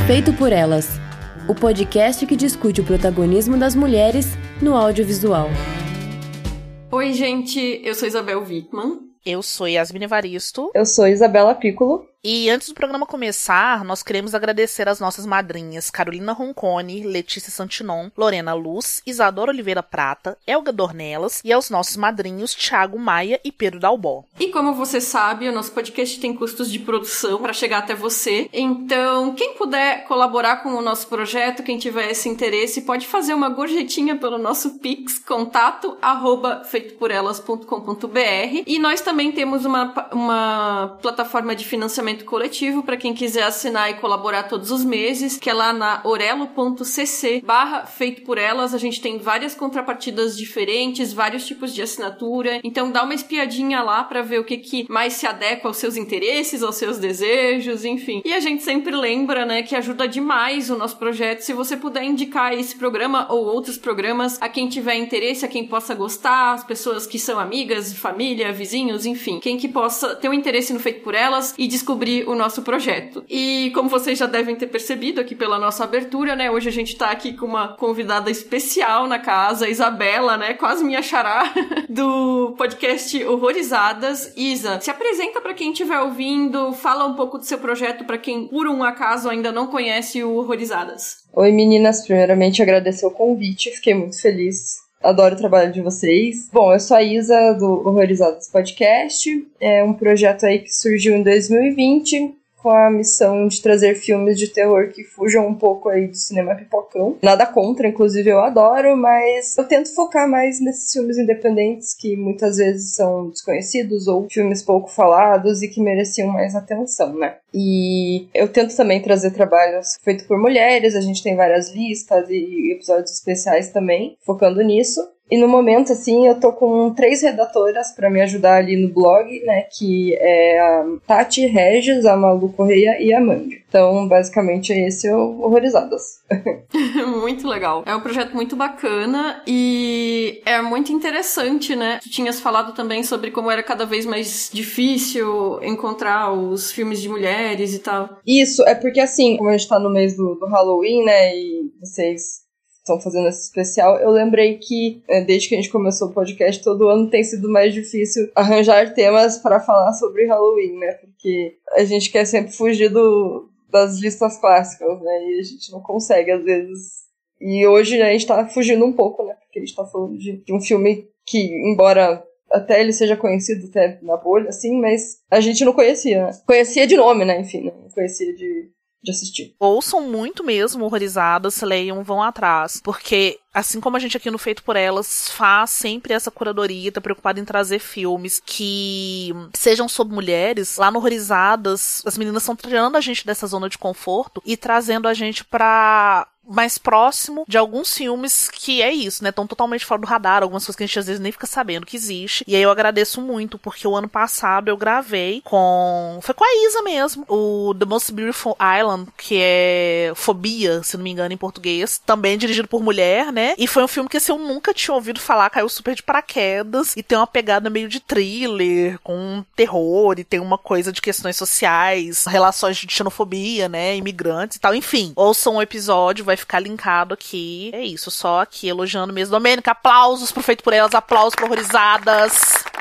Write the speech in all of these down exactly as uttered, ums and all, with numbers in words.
Feito por Elas, o podcast que discute o protagonismo das mulheres no audiovisual. Oi, gente, eu sou Isabel Wittmann. Eu sou Yasmin Evaristo. Eu sou Isabela Piccolo. E antes do programa começar, nós queremos agradecer as nossas madrinhas Carolina Roncone, Letícia Santinon, Lorena Luz, Isadora Oliveira Prata, Elga Dornelas e aos nossos madrinhos Thiago Maia e Pedro Dalbó. E como você sabe, o nosso podcast tem custos de produção para chegar até você. Então, quem puder colaborar com o nosso projeto, quem tiver esse interesse, pode fazer uma gorjetinha pelo nosso Pix, contato arroba feito por elas ponto com ponto b r. E nós também temos uma, uma plataforma de financiamento coletivo para quem quiser assinar e colaborar todos os meses, que é lá na orelo.cc barra feito por elas. A gente tem várias contrapartidas diferentes, vários tipos de assinatura, então dá uma espiadinha lá para ver o que, que mais se adequa aos seus interesses, aos seus desejos, enfim. E a gente sempre lembra, né, que ajuda demais o nosso projeto se você puder indicar esse programa ou outros programas a quem tiver interesse, a quem possa gostar, as pessoas que são amigas, família, vizinhos, enfim, quem que possa ter um interesse no Feito por Elas e descobrir o nosso projeto. E como vocês já devem ter percebido aqui pela nossa abertura, né, hoje a gente tá aqui com uma convidada especial na casa, a Isabela, né, quase minha xará, do podcast Horrorizadas. Isa, se apresenta pra quem estiver ouvindo, fala um pouco do seu projeto pra quem, por um acaso, ainda não conhece o Horrorizadas. Oi, meninas, primeiramente agradecer o convite, fiquei muito feliz. Adoro o trabalho de vocês. Bom, eu sou a Isa do Horrorizadas Podcast. É um projeto aí que surgiu em dois mil e vinte com a missão de trazer filmes de terror que fujam um pouco aí do cinema pipocão. Nada contra, inclusive eu adoro, mas eu tento focar mais nesses filmes independentes que muitas vezes são desconhecidos ou filmes pouco falados e que mereciam mais atenção, né? E eu tento também trazer trabalhos feitos por mulheres, a gente tem várias listas e episódios especiais também, focando nisso. E no momento, assim, eu tô com três redatoras pra me ajudar ali no blog, né, que é a Tati Regis, a Malu Correia e a Mandy. Então, basicamente, esse é o Horrorizadas. Muito legal. É um projeto muito bacana e é muito interessante, né? Tu tinhas falado também sobre como era cada vez mais difícil encontrar os filmes de mulheres e tal. Isso, é porque, assim, como a gente tá no mês do, do Halloween, né, e vocês estão fazendo esse especial, eu lembrei que desde que a gente começou o podcast, todo ano tem sido mais difícil arranjar temas para falar sobre Halloween, né? Porque a gente quer sempre fugir do, das listas clássicas, né? E a gente não consegue, às vezes. E hoje a gente tá fugindo um pouco, né? Porque a gente tá falando de, de um filme que, embora até ele seja conhecido até na bolha, assim, mas a gente não conhecia, né? Conhecia de nome, né? Enfim, né? Não conhecia de... de assistir. Ouçam muito mesmo Horrorizadas, leiam, vão atrás, porque assim como a gente aqui no Feito por Elas faz sempre essa curadoria, tá preocupada em trazer filmes que sejam sobre mulheres, lá no Horrorizadas as meninas estão tirando a gente dessa zona de conforto e trazendo a gente pra mais próximo de alguns filmes que é isso, né, estão totalmente fora do radar, algumas coisas que a gente às vezes nem fica sabendo que existe, e aí eu agradeço muito, porque o ano passado eu gravei com, foi com a Isa mesmo, o The Most Beautiful Island, que é Fobia, se não me engano em português, também dirigido por mulher, né, e foi um filme que assim, eu nunca tinha ouvido falar, caiu super de paraquedas, e tem uma pegada meio de thriller, com terror, e tem uma coisa de questões sociais, relações de xenofobia, né, imigrantes e tal, enfim, ouçam um episódio, vai ficar linkado aqui. É isso, só aqui elogiando mesmo. Domênica, aplausos pro Feito por Elas, aplausos pro Horrorizadas.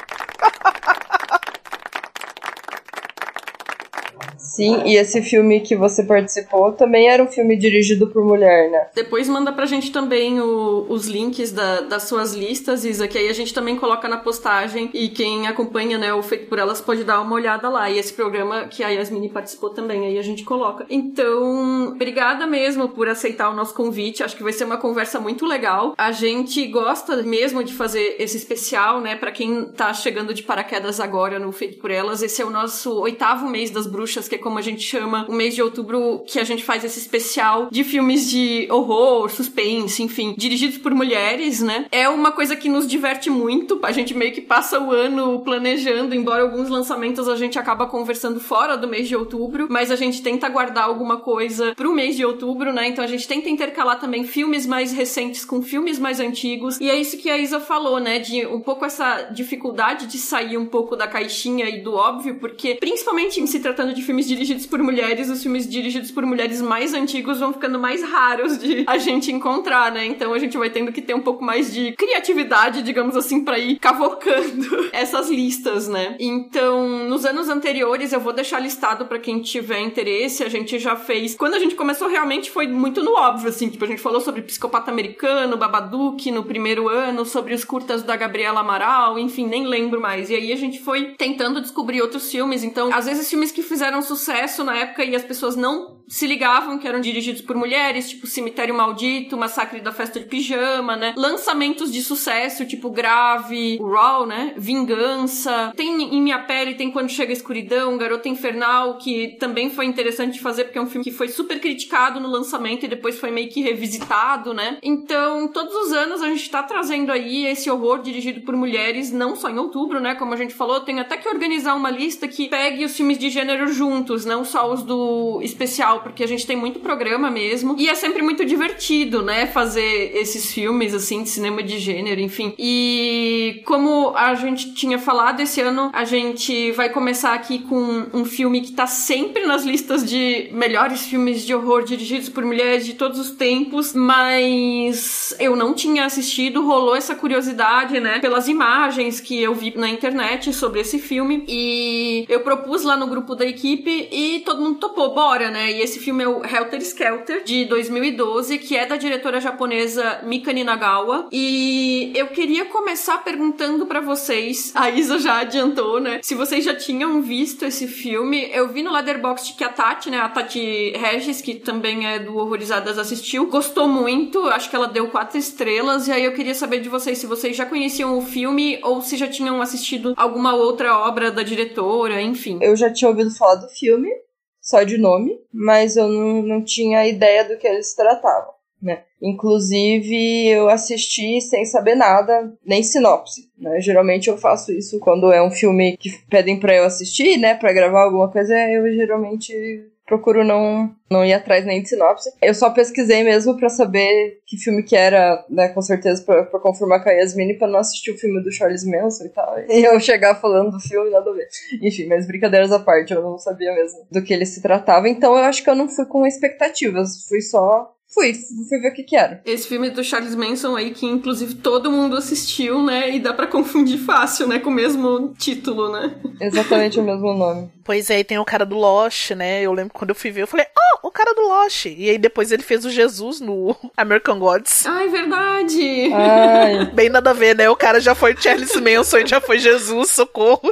Sim, e esse filme que você participou também era um filme dirigido por mulher, né? Depois manda pra gente também o, os links da, das suas listas, Isa, que aí a gente também coloca na postagem e quem acompanha, né, o Feito por Elas pode dar uma olhada lá. E esse programa que a Yasmin participou também, aí a gente coloca. Então, obrigada mesmo por aceitar o nosso convite, acho que vai ser uma conversa muito legal. A gente gosta mesmo de fazer esse especial, né, pra quem tá chegando de paraquedas agora no Feito por Elas, esse é o nosso oitavo mês das bruxas, que é como a gente chama o mês de outubro, que a gente faz esse especial de filmes de horror, suspense, enfim, dirigidos por mulheres, né? É uma coisa que nos diverte muito, a gente meio que passa o ano planejando, embora alguns lançamentos a gente acaba conversando fora do mês de outubro, mas a gente tenta guardar alguma coisa pro mês de outubro, né? Então a gente tenta intercalar também filmes mais recentes com filmes mais antigos, e é isso que a Isa falou, né? De um pouco essa dificuldade de sair um pouco da caixinha e do óbvio, porque principalmente em se tratando de filmes filmes dirigidos por mulheres, os filmes dirigidos por mulheres mais antigos vão ficando mais raros de a gente encontrar, né? Então a gente vai tendo que ter um pouco mais de criatividade, digamos assim, pra ir cavocando essas listas, né? Então, nos anos anteriores, eu vou deixar listado pra quem tiver interesse, a gente já fez... Quando a gente começou, realmente foi muito no óbvio, assim, tipo, a gente falou sobre Psicopata Americano, Babadook no primeiro ano, sobre os curtas da Gabriela Amaral, enfim, nem lembro mais. E aí a gente foi tentando descobrir outros filmes, então, às vezes filmes que fizeram sucesso na época e as pessoas não se ligavam que eram dirigidos por mulheres, tipo Cemitério Maldito, Massacre da Festa de Pijama, né? Lançamentos de sucesso, tipo Grave, Raw, né? Vingança. Tem Em Minha Pele, tem Quando Chega a Escuridão, Garota Infernal, que também foi interessante de fazer, porque é um filme que foi super criticado no lançamento e depois foi meio que revisitado, né? Então, todos os anos a gente tá trazendo aí esse horror dirigido por mulheres, não só em outubro, né? Como a gente falou, tem até que organizar uma lista que pegue os filmes de gênero juntos, não só os do especial, porque a gente tem muito programa mesmo, e é sempre muito divertido, né, fazer esses filmes, assim, de cinema de gênero, enfim. E como a gente tinha falado, esse ano a gente vai começar aqui com um filme que tá sempre nas listas de melhores filmes de horror dirigidos por mulheres de todos os tempos, mas eu não tinha assistido, rolou essa curiosidade, né, pelas imagens que eu vi na internet sobre esse filme, e eu propus lá no grupo da equipe e todo mundo topou, bora, né? E esse filme é o Helter Skelter, de dois mil e doze, que é da diretora japonesa Mika Ninagawa, e eu queria começar perguntando pra vocês, a Isa já adiantou, né, se vocês já tinham visto esse filme. Eu vi no Letterboxd que a Tati, né, a Tati Regis, que também é do Horrorizadas, assistiu, gostou muito, acho que ela deu quatro estrelas, e aí eu queria saber de vocês se vocês já conheciam o filme ou se já tinham assistido alguma outra obra da diretora, enfim. Eu já tinha ouvido falar do filme, só de nome, mas eu não, não tinha ideia do que ele se tratava, né? Inclusive, eu assisti sem saber nada, nem sinopse, né? Geralmente eu faço isso quando é um filme que pedem pra eu assistir, né? Pra gravar alguma coisa, eu geralmente procuro não, não ir atrás nem de sinopse. Eu só pesquisei mesmo pra saber que filme que era, né? Com certeza pra, pra confirmar com a Yasmine, pra não assistir o filme do Charles Manson e tal. E eu chegar falando do filme, nada a ver. Enfim, mas brincadeiras à parte, eu não sabia mesmo do que ele se tratava. Então eu acho que eu não fui com expectativas, fui só... Fui, fui ver o que que era. Esse filme do Charles Manson aí, que inclusive todo mundo assistiu, né? E dá pra confundir fácil, né? Com o mesmo título, né? Exatamente o mesmo nome. Pois é, e tem o cara do Lost, né? Eu lembro quando eu fui ver, eu falei, oh, o cara do Lost. E aí depois ele fez o Jesus no American Gods. Ai, verdade! Ai. Bem nada a ver, né? O cara já foi Charles Manson e já foi Jesus, socorro.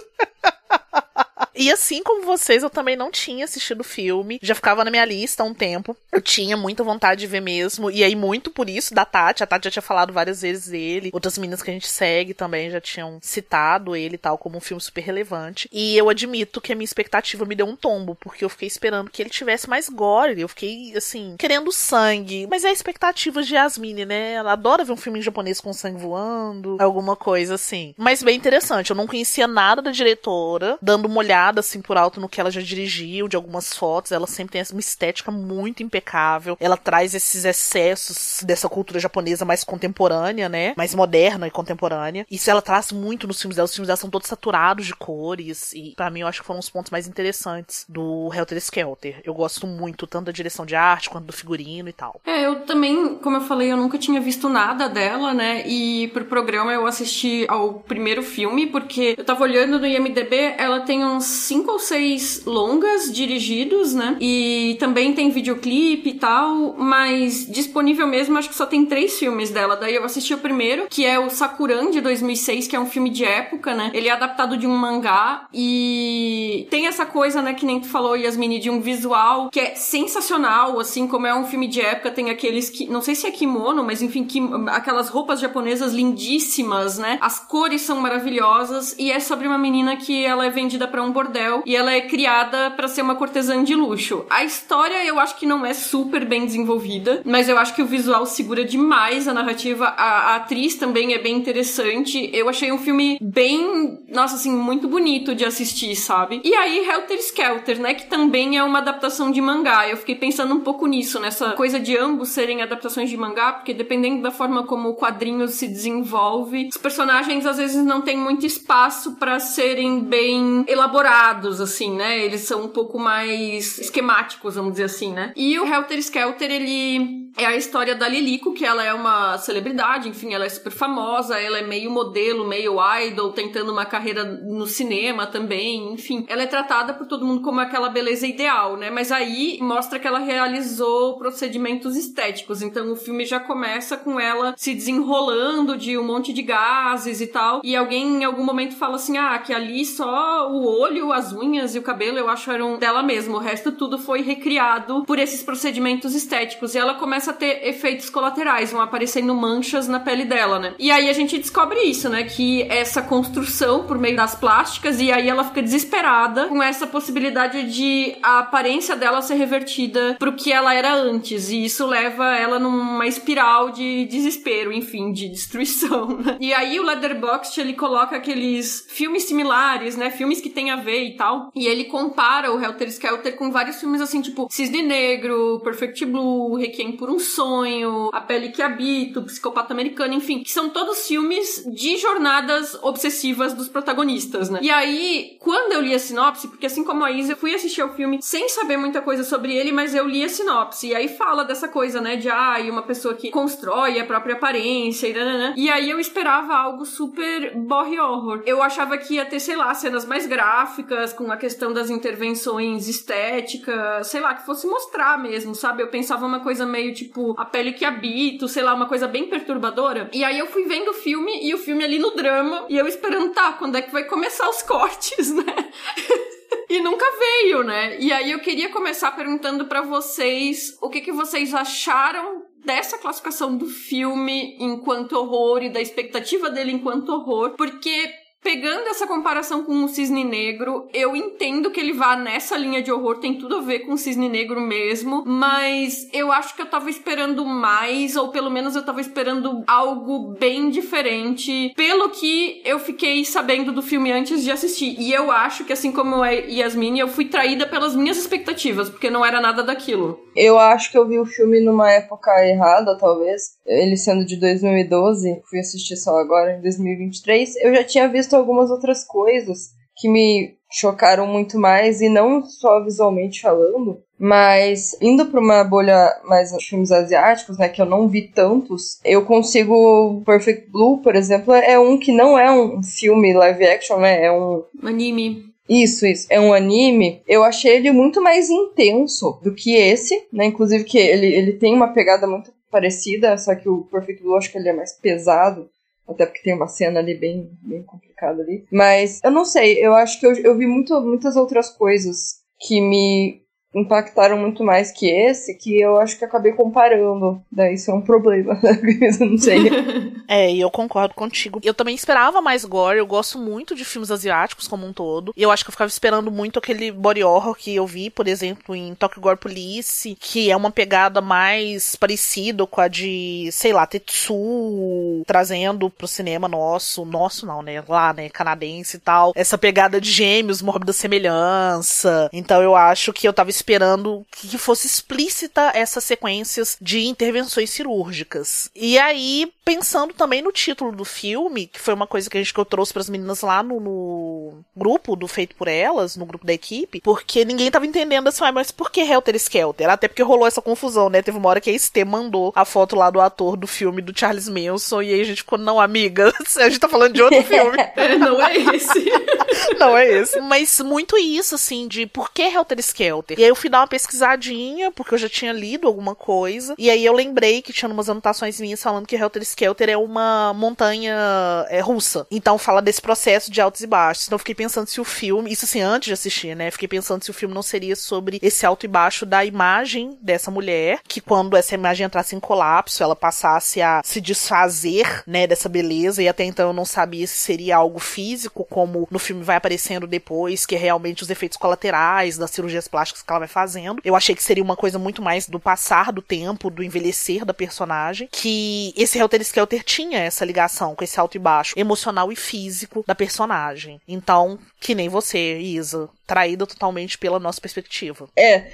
E assim como vocês, eu também não tinha assistido o filme. Já ficava na minha lista há um tempo. Eu tinha muita vontade de ver mesmo. E aí, muito por isso, da Tati. A Tati já tinha falado várias vezes dele. Outras meninas que a gente segue também já tinham citado ele e tal como um filme super relevante. E eu admito que a minha expectativa me deu um tombo. Porque eu fiquei esperando que ele tivesse mais gore. Eu fiquei, assim, querendo sangue. Mas é a expectativa de Yasmine, né? Ela adora ver um filme em japonês com sangue voando. Alguma coisa assim. Mas bem interessante. Eu não conhecia nada da diretora. Dando uma olhada assim por alto no que ela já dirigiu, de algumas fotos, ela sempre tem uma estética muito impecável, ela traz esses excessos dessa cultura japonesa mais contemporânea, né, mais moderna e contemporânea, isso ela traz muito nos filmes dela, os filmes dela são todos saturados de cores, e pra mim eu acho que foram os pontos mais interessantes do Helter Skelter. Eu gosto muito tanto da direção de arte, quanto do figurino e tal. É, eu também, como eu falei, eu nunca tinha visto nada dela, né, e pro programa eu assisti ao primeiro filme, porque eu tava olhando no I M D B, ela tem uns cinco ou seis longas dirigidos, né? E também tem videoclipe e tal, mas disponível mesmo, acho que só tem três filmes dela. Daí eu assisti o primeiro, que é o Sakuran, de dois mil e seis, que é um filme de época, né? Ele é adaptado de um mangá e tem essa coisa, né, que nem tu falou, Yasmine, de um visual que é sensacional, assim, como é um filme de época, tem aqueles que, não sei se é kimono, mas enfim, que, aquelas roupas japonesas lindíssimas, né? As cores são maravilhosas e é sobre uma menina que ela é vendida pra um bordel e ela é criada pra ser uma cortesã de luxo. A história eu acho que não é super bem desenvolvida, mas eu acho que o visual segura demais a narrativa. A, a atriz também é bem interessante. Eu achei um filme bem, nossa, assim, muito bonito de assistir, sabe? E aí Helter Skelter, né, que também é uma adaptação de mangá. Eu fiquei pensando um pouco nisso, nessa coisa de ambos serem adaptações de mangá, porque dependendo da forma como o quadrinho se desenvolve, os personagens às vezes não têm muito espaço pra serem bem elaborados estruturados, assim, né? Eles são um pouco mais esquemáticos, vamos dizer assim, né? E o Helter Skelter, ele é a história da Lilico, que ela é uma celebridade, enfim, ela é super famosa, ela é meio modelo, meio idol, tentando uma carreira no cinema também, enfim. Ela é tratada por todo mundo como aquela beleza ideal, né? Mas aí mostra que ela realizou procedimentos estéticos, então o filme já começa com ela se desenrolando de um monte de gases e tal, e alguém em algum momento fala assim, ah, que ali só o olho, as unhas e o cabelo, eu acho, eram dela mesma, o resto tudo foi recriado por esses procedimentos estéticos, e ela começa a ter efeitos colaterais, vão aparecendo manchas na pele dela, né? E aí a gente descobre isso, né? Que essa construção por meio das plásticas, e aí ela fica desesperada com essa possibilidade de a aparência dela ser revertida pro que ela era antes, e isso leva ela numa espiral de desespero, enfim, de destruição, né? E aí o Letterboxd, ele coloca aqueles filmes similares, né? Filmes que tem a ver e tal, e ele compara o Helter Skelter com vários filmes assim, tipo Cisne Negro, Perfect Blue, Requiem por um Sonho, A Pele que Habito, Psicopata Americano, enfim, que são todos filmes de jornadas obsessivas dos protagonistas, né? E aí, quando eu li a sinopse, porque assim como a Isa, eu fui assistir ao filme sem saber muita coisa sobre ele, mas eu li a sinopse, e aí fala dessa coisa, né, de, ah, e uma pessoa que constrói a própria aparência, e nananã. E aí eu esperava algo super body horror. Eu achava que ia ter, sei lá, cenas mais gráficas, com a questão das intervenções estéticas, sei lá, que fosse mostrar mesmo, sabe? Eu pensava uma coisa meio, tipo, A Pele que Habito, sei lá, uma coisa bem perturbadora. E aí eu fui vendo o filme, e o filme ali no drama, e eu esperando, tá, quando é que vai começar os cortes, né? E nunca veio, né? E aí eu queria começar perguntando pra vocês o que, que vocês acharam dessa classificação do filme enquanto horror e da expectativa dele enquanto horror, porque pegando essa comparação com o Cisne Negro, eu entendo que ele vá nessa linha de horror, tem tudo a ver com o Cisne Negro mesmo, mas eu acho que eu tava esperando mais, ou pelo menos eu tava esperando algo bem diferente, pelo que eu fiquei sabendo do filme antes de assistir. E eu acho que, assim como a Yasmin, eu fui traída pelas minhas expectativas, porque não era nada daquilo. Eu acho que eu vi o filme numa época errada, talvez. Ele sendo de dois mil e doze, fui assistir só agora, em dois mil e vinte e três. Eu já tinha visto algumas outras coisas que me chocaram muito mais, e não só visualmente falando, mas indo pra uma bolha mais de filmes asiáticos, né, que eu não vi tantos, eu consigo... Perfect Blue, por exemplo, é um que não é um filme live action, né, é um... Anime. Isso, isso. É um anime. Eu achei ele muito mais intenso do que esse, né? Inclusive que ele, ele tem uma pegada muito parecida, só que o Perfect Blue, acho que ele é mais pesado, até porque tem uma cena ali bem, bem complicada ali. Mas, eu não sei, eu acho que eu, eu vi muito, muitas outras coisas que me impactaram muito mais que esse, que eu acho que acabei comparando. Daí isso é um problema, eu não sei. É, e eu concordo contigo. Eu também esperava mais gore, eu gosto muito de filmes asiáticos como um todo, e eu acho que eu ficava esperando muito aquele body horror que eu vi, por exemplo, em Tokyo Gore Police, que é uma pegada mais parecida com a de, sei lá, Tetsu, trazendo pro cinema nosso, nosso não, né, lá, né, canadense e tal, essa pegada de gêmeos, mórbida semelhança. Então eu acho que eu tava esperando que fosse explícita essas sequências de intervenções cirúrgicas. E aí, pensando também no título do filme, que foi uma coisa que a gente que eu trouxe pras meninas lá no, no grupo do Feito por Elas, no grupo da equipe, porque ninguém tava entendendo assim, ah, mas por que Helter Skelter? Até porque rolou essa confusão, né? Teve uma hora que a Estê mandou a foto lá do ator do filme do Charles Manson, e aí a gente ficou, não, amiga, a gente tá falando de outro filme. Não é esse. Não é esse. Mas muito isso, assim, de por que Helter Skelter? E aí eu fui dar uma pesquisadinha, porque eu já tinha lido alguma coisa, e aí eu lembrei que tinha umas anotações minhas falando que Helter Skelter é uma montanha é, russa. Então fala desse processo de altos e baixos. Então eu fiquei pensando se o filme, isso assim, antes de assistir, né? Fiquei pensando se o filme não seria sobre esse alto e baixo da imagem dessa mulher, que quando essa imagem entrasse em colapso, ela passasse a se desfazer, né, dessa beleza, e até então eu não sabia se seria algo físico, como no filme vai aparecendo depois, que é realmente os efeitos colaterais das cirurgias plásticas que ela vai fazendo. Eu achei que seria uma coisa muito mais do passar do tempo, do envelhecer da personagem, que esse Helter Skelter tinha essa ligação com esse alto e baixo emocional e físico da personagem. Então, que nem você, Isa, traída totalmente pela nossa perspectiva. É,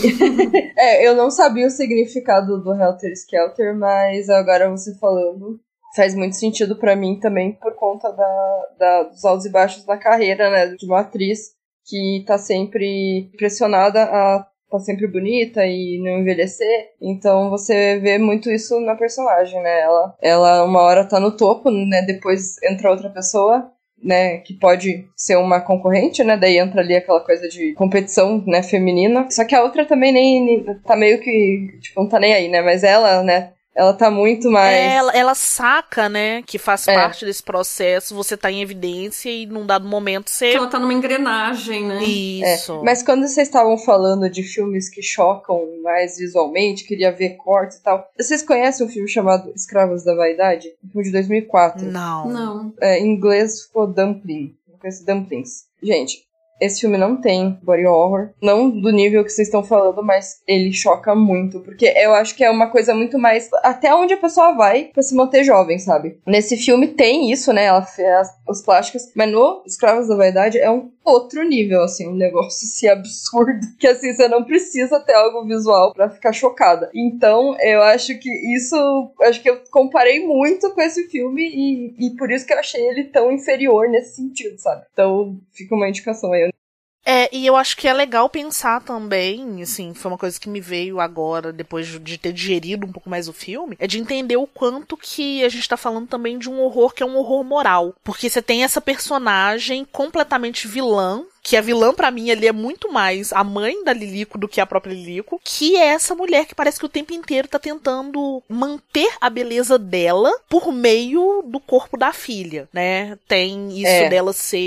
e, é, eu não sabia o significado do Helter Skelter, mas agora você falando faz muito sentido pra mim também por conta da, da, dos altos e baixos da carreira, né, de uma atriz que tá sempre pressionada a tá sempre bonita e não envelhecer. Então você vê muito isso na personagem, né? Ela, ela uma hora tá no topo, né? Depois entra outra pessoa, né? Que pode ser uma concorrente, né? Daí entra ali aquela coisa de competição, né? Feminina. Só que a outra também nem, nem tá meio que, tipo, não tá nem aí, né? Mas ela, né? Ela tá muito mais... É, ela, ela saca, né, que faz É. parte desse processo, você tá em evidência e num dado momento você... Ela tá numa engrenagem, né? Isso. É. Mas quando vocês estavam falando de filmes que chocam mais visualmente, queria ver cortes e tal, vocês conhecem um filme chamado Escravos da Vaidade? Um filme de dois mil e quatro. Não. Não. É, em inglês ficou Dumpling. Eu conheço Dumplings. Gente, esse filme não tem body horror. Não do nível que vocês estão falando, mas ele choca muito. Porque eu acho que é uma coisa muito mais... Até onde a pessoa vai pra se manter jovem, sabe? Nesse filme tem isso, né? Ela fez os plásticos. Mas no Escravos da Vaidade é um outro nível, assim. Um negócio assim absurdo. Que assim, você não precisa ter algo visual pra ficar chocada. Então, eu acho que isso... Acho que eu comparei muito com esse filme. E, e por isso que eu achei ele tão inferior nesse sentido, sabe? Então, fica uma indicação aí. É, e eu acho que é legal pensar também, assim, foi uma coisa que me veio agora, depois de ter digerido um pouco mais o filme, é de entender o quanto que a gente tá falando também de um horror que é um horror moral. Porque você tem essa personagem completamente vilã, que a vilã pra mim ali é muito mais a mãe da Lilico do que a própria Lilico, que é essa mulher que parece que o tempo inteiro tá tentando manter a beleza dela por meio do corpo da filha, né? Tem isso É. dela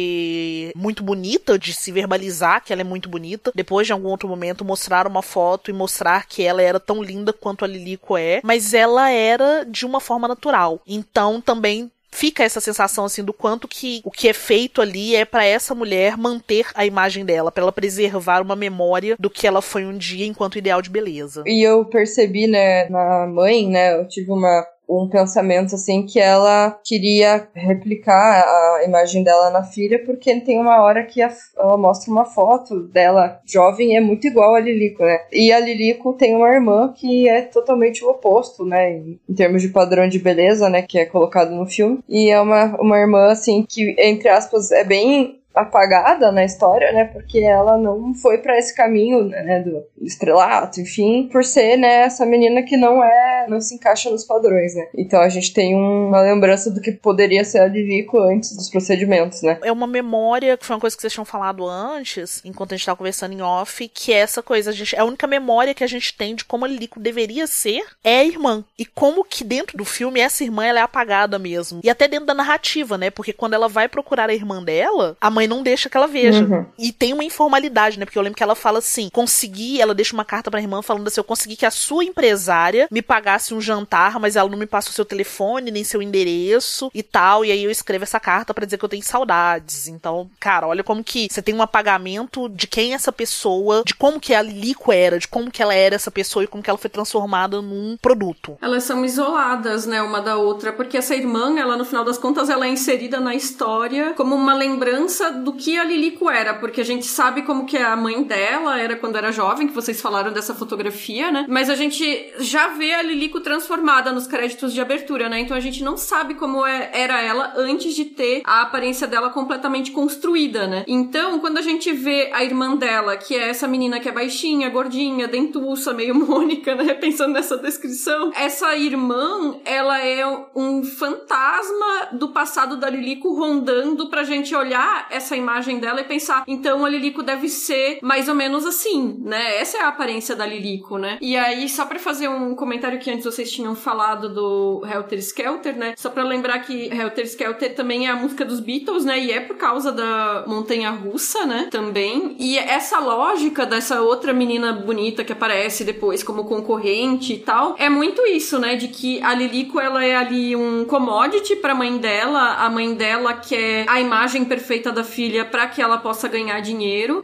ser muito bonita, de se verbalizar que ela é muito bonita, depois de algum outro momento mostrar uma foto e mostrar que ela era tão linda quanto a Lilico é, mas ela era de uma forma natural. Então também fica essa sensação, assim, do quanto que o que é feito ali é pra essa mulher manter a imagem dela, pra ela preservar uma memória do que ela foi um dia enquanto ideal de beleza. E eu percebi, né, na mãe, né, eu tive uma, um pensamento, assim, que ela queria replicar a imagem dela na filha, porque tem uma hora que a, ela mostra uma foto dela jovem e é muito igual a Lilico, né? E a Lilico tem uma irmã que é totalmente o oposto, né, em, em termos de padrão de beleza, né, que é colocado no filme. E é uma, uma irmã, assim, que, entre aspas, é bem apagada na história, né, porque ela não foi pra esse caminho, né, do estrelato, enfim, por ser, né, essa menina que não é, não se encaixa nos padrões, né. Então a gente tem uma lembrança do que poderia ser a Lilico antes dos procedimentos, né. É uma memória, que foi uma coisa que vocês tinham falado antes, enquanto a gente tava conversando em off, que é essa coisa, a gente, é a única memória que a gente tem de como a Lilico deveria ser, é a irmã. E como que dentro do filme essa irmã, ela é apagada mesmo. E até dentro da narrativa, né, porque quando ela vai procurar a irmã dela, a mãe não deixa que ela veja. Uhum. E tem uma informalidade, né? Porque eu lembro que ela fala assim, consegui, ela deixa uma carta pra irmã falando assim, eu consegui que a sua empresária me pagasse um jantar, mas ela não me passa o seu telefone, nem seu endereço e tal, e aí eu escrevo essa carta pra dizer que eu tenho saudades. Então, cara, olha como que você tem um apagamento de quem é essa pessoa, de como que a Lilico era, de como que ela era essa pessoa e como que ela foi transformada num produto. Elas são isoladas, né, uma da outra, porque essa irmã, ela no final das contas, ela é inserida na história como uma lembrança do que a Lilico era, porque a gente sabe como que a mãe dela era quando era jovem, que vocês falaram dessa fotografia, né? Mas a gente já vê a Lilico transformada nos créditos de abertura, né? Então a gente não sabe como é, era ela antes de ter a aparência dela completamente construída, né? Então, quando a gente vê a irmã dela, que é essa menina que é baixinha, gordinha, dentuça, meio Mônica, né? Pensando nessa descrição, essa irmã, ela é um fantasma do passado da Lilico rondando pra gente olhar essa imagem dela e pensar, então a Lilico deve ser mais ou menos assim, né? Essa é a aparência da Lilico, né? E aí, só pra fazer um comentário que antes vocês tinham falado do Helter Skelter, né? Só pra lembrar que Helter Skelter também é a música dos Beatles, né? E é por causa da montanha-russa, né? Também. E essa lógica dessa outra menina bonita que aparece depois como concorrente e tal, é muito isso, né? De que a Lilico, ela é ali um commodity pra mãe dela, a mãe dela quer a imagem perfeita da filha pra que ela possa ganhar dinheiro,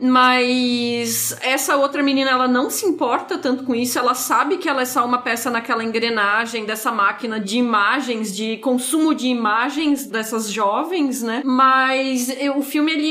mas essa outra menina, ela não se importa tanto com isso, ela sabe que ela é só uma peça naquela engrenagem dessa máquina de imagens, de consumo de imagens dessas jovens, né? Mas eu, o filme, ele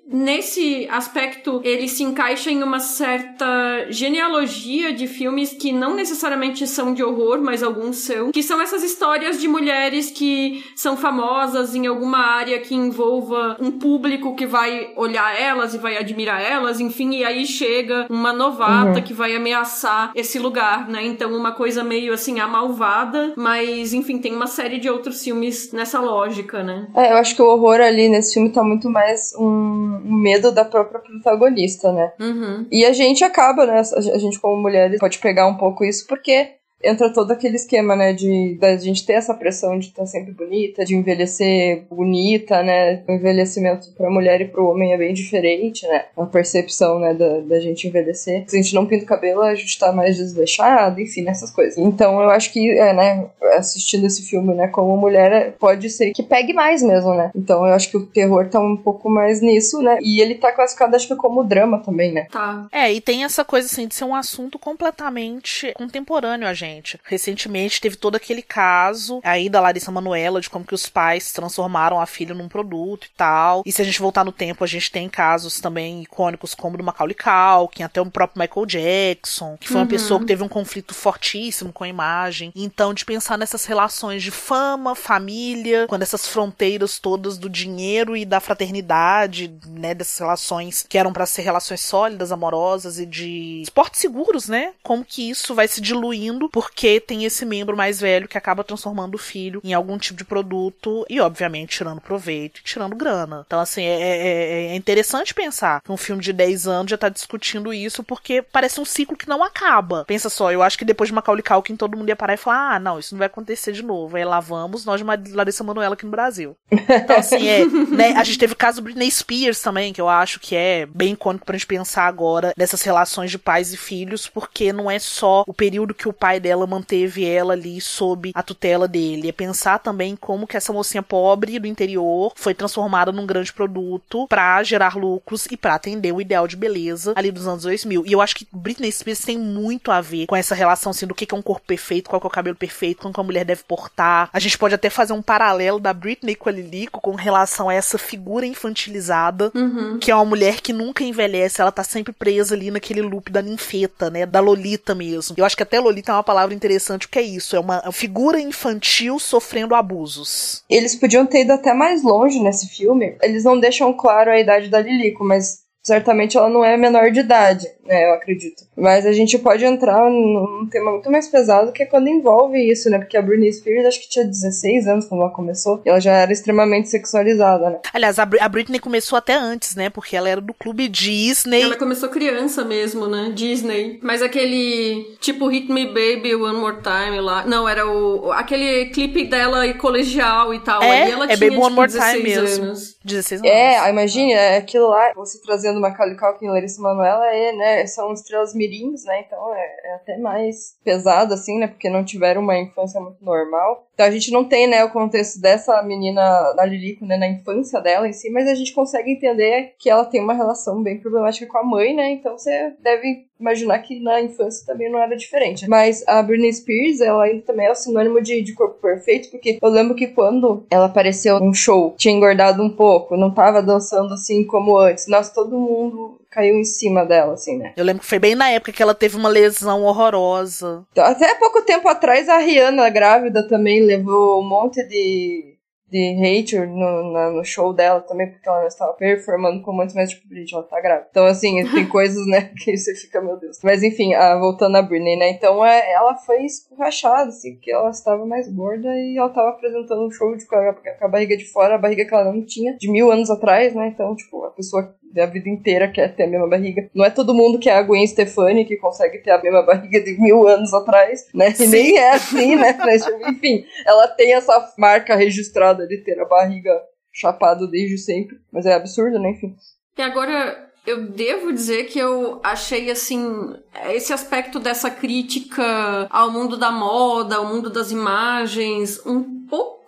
nesse aspecto ele se encaixa em uma certa genealogia de filmes que não necessariamente são de horror, mas alguns são, que são essas histórias de mulheres que são famosas em alguma área que envolva um público que vai olhar elas e vai admirar elas, enfim, e aí chega uma novata uhum. que vai ameaçar esse lugar, né? Então uma coisa meio assim, a malvada, mas enfim, tem uma série de outros filmes nessa lógica, né? É, eu acho que o horror ali nesse filme tá muito mais um, um medo da própria protagonista, né? Uhum. E a gente acaba, né? A gente como mulheres pode pegar um pouco isso, porque entra todo aquele esquema, né, de da gente ter essa pressão de estar sempre bonita, de envelhecer bonita, né, o envelhecimento pra mulher e pro homem é bem diferente, né, a percepção, né, da, da gente envelhecer. Se a gente não pinta o cabelo, a gente tá mais desleixado, enfim, essas coisas. Então eu acho que, é, né, assistindo esse filme, né, como mulher, pode ser que pegue mais mesmo, né. Então eu acho que o terror tá um pouco mais nisso, né, e ele tá classificado, acho que como drama também, né. Tá. É, e tem essa coisa, assim, de ser um assunto completamente contemporâneo a gente. Recentemente teve todo aquele caso aí da Larissa Manoela, de como que os pais transformaram a filha num produto e tal. E se a gente voltar no tempo, a gente tem casos também icônicos como do Macaulay Culkin, até o próprio Michael Jackson, que foi uma uhum. pessoa que teve um conflito fortíssimo com a imagem. Então, de pensar nessas relações de fama, família, quando essas fronteiras todas do dinheiro e da fraternidade, né, dessas relações que eram pra ser relações sólidas, amorosas e de esportes seguros, né? Como que isso vai se diluindo porque tem esse membro mais velho que acaba transformando o filho em algum tipo de produto e, obviamente, tirando proveito e tirando grana. Então, assim, é, é, é interessante pensar que um filme de dez anos já tá discutindo isso, porque parece um ciclo que não acaba. Pensa só, eu acho que depois de Macaulay Culkin todo mundo ia parar e falar, ah, não, isso não vai acontecer de novo. Aí lá vamos nós de Larissa Manoela aqui no Brasil. Então, assim, é, né, a gente teve o caso do Britney Spears também, que eu acho que é bem icônico pra gente pensar agora dessas relações de pais e filhos, porque não é só o período que o pai dela manteve ela ali sob a tutela dele. É pensar também como que essa mocinha pobre do interior foi transformada num grande produto pra gerar lucros e pra atender o ideal de beleza ali dos anos dois mil. E eu acho que Britney Spears tem muito a ver com essa relação, assim, do que é um corpo perfeito, qual que é o cabelo perfeito, como que a mulher deve portar. A gente pode até fazer um paralelo da Britney com a Lilico com relação a essa figura infantilizada, uhum. que é uma mulher que nunca envelhece, ela tá sempre presa ali naquele loop da ninfeta, né, da Lolita mesmo. Eu acho que até Lolita é uma palavra interessante, porque é isso, é uma figura infantil sofrendo abusos. Eles podiam ter ido até mais longe nesse filme. Eles não deixam claro a idade da Lilico, mas certamente ela não é menor de idade, né, eu acredito. Mas a gente pode entrar num tema muito mais pesado, que é quando envolve isso, né, porque a Britney Spears acho que tinha dezesseis anos quando ela começou, e ela já era extremamente sexualizada, né. Aliás, a, Br- a Britney começou até antes, né, porque ela era do clube Disney. Ela começou criança mesmo, né, Disney. Mas aquele, tipo, Hit Me Baby One More Time lá, não, era o, aquele clipe dela e colegial e tal, é, aí ela é tinha, Baby One tipo, More Time dezesseis mesmo. anos. dezesseis anos. É, imagina, é aquilo lá, você trazendo Macaulay Culkin e Larissa Manoela, é, né, são estrelas mirins, né, então é, é até mais pesado, assim, né, porque não tiveram uma infância muito normal. Então a gente não tem, né, o contexto dessa menina, da Lilico, né, na infância dela em si, mas a gente consegue entender que ela tem uma relação bem problemática com a mãe, né, então você deve imaginar que na infância também não era diferente. Mas a Britney Spears, ela ainda também é o sinônimo de, de corpo perfeito, porque eu lembro que quando ela apareceu num show, tinha engordado um pouco, não tava dançando assim como antes, nossa, todo mundo caiu em cima dela, assim, né? Eu lembro que foi bem na época que ela teve uma lesão horrorosa. Então, até pouco tempo atrás, a Rihanna, grávida, também levou um monte de, de hate no, na, no show dela também, porque ela não estava performando como antes, mas, tipo, gente, ela tá grávida. Então, assim, tem coisas, né, que você fica, meu Deus. Mas, enfim, a, voltando a Britney, né, então é, ela foi escorrachada, assim, que ela estava mais gorda e ela estava apresentando um show de, com, a, com a barriga de fora, a barriga que ela não tinha, de mil anos atrás, né, então, tipo, a pessoa a vida inteira quer ter a mesma barriga. Não é todo mundo que é a Gwen Stefani que consegue ter a mesma barriga de mil anos atrás, né? E nem é assim, né? Enfim, ela tem essa marca registrada de ter a barriga chapada desde sempre. Mas é absurdo, né? Enfim. E agora, eu devo dizer que eu achei, assim, esse aspecto dessa crítica ao mundo da moda, ao mundo das imagens, um pouco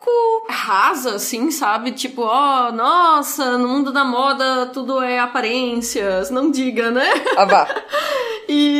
rasa, assim, sabe? Tipo, ó, oh, nossa, no mundo da moda tudo é aparências, não diga, né? Ah, vá. E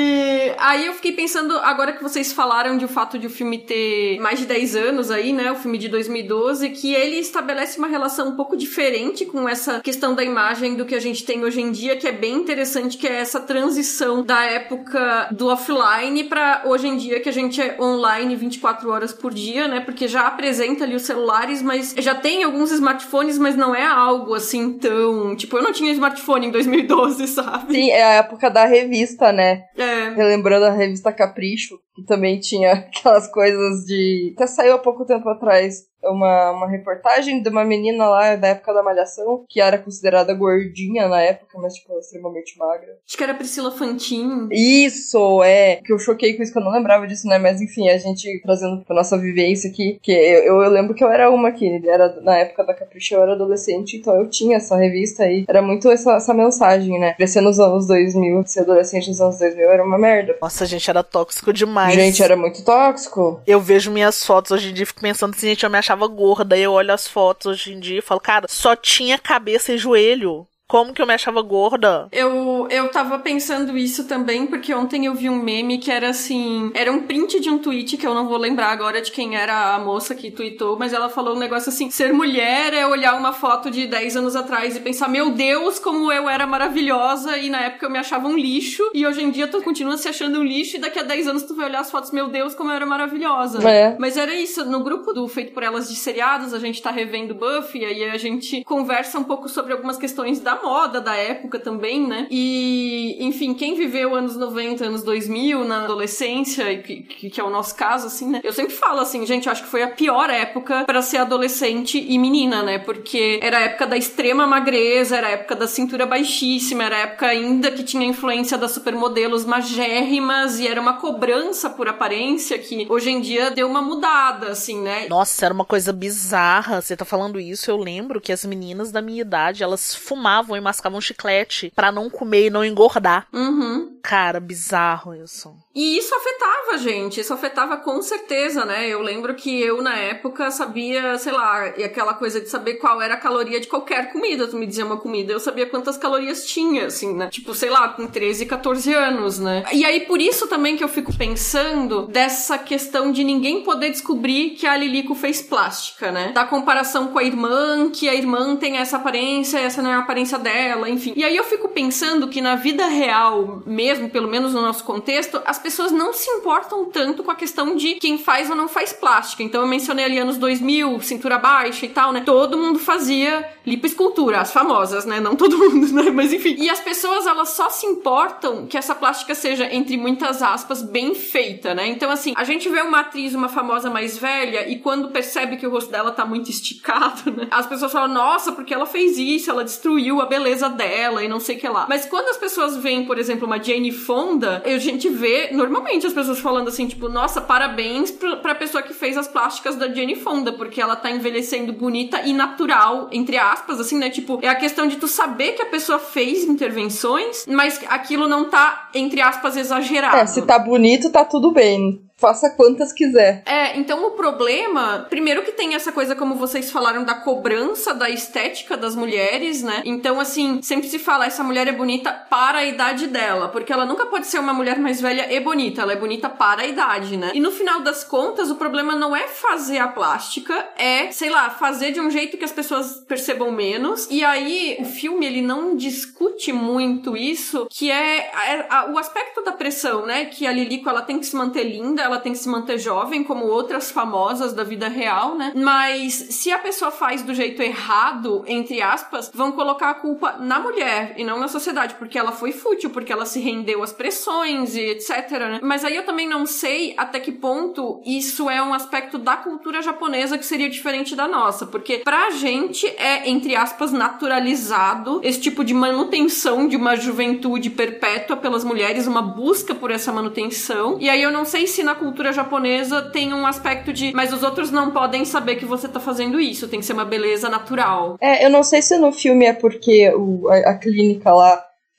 aí eu fiquei pensando, agora que vocês falaram de o fato de o filme ter mais de dez anos aí, né, o filme de dois mil e doze, que ele estabelece uma relação um pouco diferente com essa questão da imagem do que a gente tem hoje em dia, que é bem interessante, que é essa transição da época do offline pra hoje em dia, que a gente é online vinte e quatro horas por dia, né, porque já apresenta ali os celulares, mas já tem alguns smartphones, mas não é algo assim tão... Tipo, eu não tinha smartphone em dois mil e doze, sabe? Sim, é a época da revista, né? É. Relembrando a revista Capricho, que também tinha aquelas coisas de... Até saiu há pouco tempo atrás uma, uma reportagem de uma menina lá da época da Malhação, que era considerada gordinha na época, mas, tipo, extremamente magra. Acho que era Priscila Fantin. Isso, é. Que eu choquei com isso, que eu não lembrava disso, né? Mas, enfim, a gente trazendo pra nossa vivência aqui, que eu, eu lembro que eu era uma que era na época da Capricho, eu era adolescente, então eu tinha essa revista aí. Era muito essa, essa mensagem, né? Crescer nos anos dois mil, ser adolescente nos anos dois mil era uma merda. Nossa, gente, era tóxico demais. Gente, era muito tóxico. Eu vejo minhas fotos hoje em dia e fico pensando assim, gente, eu me achava gorda, e eu olho as fotos hoje em dia e falo, cara, só tinha cabeça e joelho. Como que eu me achava gorda? Eu, eu tava pensando isso também, porque ontem eu vi um meme que era assim... Era um print de um tweet, que eu não vou lembrar agora de quem era a moça que tweetou, mas ela falou um negócio assim, ser mulher é olhar uma foto de dez anos atrás e pensar, meu Deus, como eu era maravilhosa, e na época eu me achava um lixo, e hoje em dia tu continua se achando um lixo, e daqui a dez anos tu vai olhar as fotos, meu Deus, como eu era maravilhosa. É. Mas era isso, no grupo do Feito por Elas de seriados, a gente tá revendo Buffy, e aí a gente conversa um pouco sobre algumas questões da moda da época também, né? E, enfim, quem viveu anos noventa, anos dois mil na adolescência, que, que é o nosso caso, assim, né? Eu sempre falo assim, gente, eu acho que foi a pior época pra ser adolescente e menina, né? Porque era a época da extrema magreza, era a época da cintura baixíssima, era a época ainda que tinha influência das supermodelos magérrimas e era uma cobrança por aparência que hoje em dia deu uma mudada, assim, né? Nossa, era uma coisa bizarra. Você tá falando isso, eu lembro que as meninas da minha idade, elas fumavam e mascavam um chiclete pra não comer e não engordar. Uhum. Cara, bizarro isso. E isso afetava, gente. Isso afetava com certeza, né? Eu lembro que eu, na época, sabia, sei lá, e aquela coisa de saber qual era a caloria de qualquer comida. Tu me dizia uma comida, eu sabia quantas calorias tinha, assim, né? Tipo, sei lá, com treze, catorze anos, né? E aí, por isso também que eu fico pensando dessa questão de ninguém poder descobrir que a Lilico fez plástica, né? Da comparação com a irmã, que a irmã tem essa aparência, essa não é a aparência dela, enfim. E aí eu fico pensando que na vida real, mesmo, pelo menos no nosso contexto, as pessoas não se importam tanto com a questão de quem faz ou não faz plástica. Então eu mencionei ali anos dois mil, cintura baixa e tal, né? Todo mundo fazia lipoescultura, as famosas, né? Não todo mundo, né? Mas enfim. E as pessoas, elas só se importam que essa plástica seja, entre muitas aspas, bem feita, né? Então assim, a gente vê uma atriz, uma famosa mais velha, e quando percebe que o rosto dela tá muito esticado, né? As pessoas falam, nossa, porque ela fez isso, ela destruiu a beleza dela e não sei o que lá. Mas quando as pessoas veem, por exemplo, uma Jane Fonda, a gente vê normalmente as pessoas falando assim, tipo, nossa, parabéns pra, pra pessoa que fez as plásticas da Jane Fonda, porque ela tá envelhecendo bonita e natural, entre aspas, assim, né? Tipo, é a questão de tu saber que a pessoa fez intervenções, mas aquilo não tá, entre aspas, exagerado. É, se tá bonito, tá tudo bem. Faça quantas quiser. É, então o problema, primeiro que tem essa coisa, como vocês falaram, da cobrança da estética das mulheres, né? Então, assim, sempre se fala, essa mulher é bonita para a idade dela, porque ela nunca pode ser uma mulher mais velha e bonita, ela é bonita para a idade, né? E no final das contas, o problema não é fazer a plástica, é, sei lá, fazer de um jeito que as pessoas percebam menos, e aí o filme, ele não discute muito isso, que é, é a, o aspecto da pressão, né? Que a Lilico, ela tem que se manter linda, ela tem que se manter jovem, como outras famosas da vida real, né? Mas se a pessoa faz do jeito errado, entre aspas, vão colocar a culpa na mulher e não na sociedade, porque ela foi fútil, porque ela se rendeu às pressões e etcétera, né? Mas aí eu também não sei até que ponto isso é um aspecto da cultura japonesa que seria diferente da nossa, porque pra gente é, entre aspas, naturalizado esse tipo de manutenção de uma juventude perpétua pelas mulheres, uma busca por essa manutenção, e aí eu não sei se na cultura japonesa tem um aspecto de, mas os outros não podem saber que você tá fazendo isso, tem que ser uma beleza natural. É, eu não sei se no filme é porque o, a, a clínica lá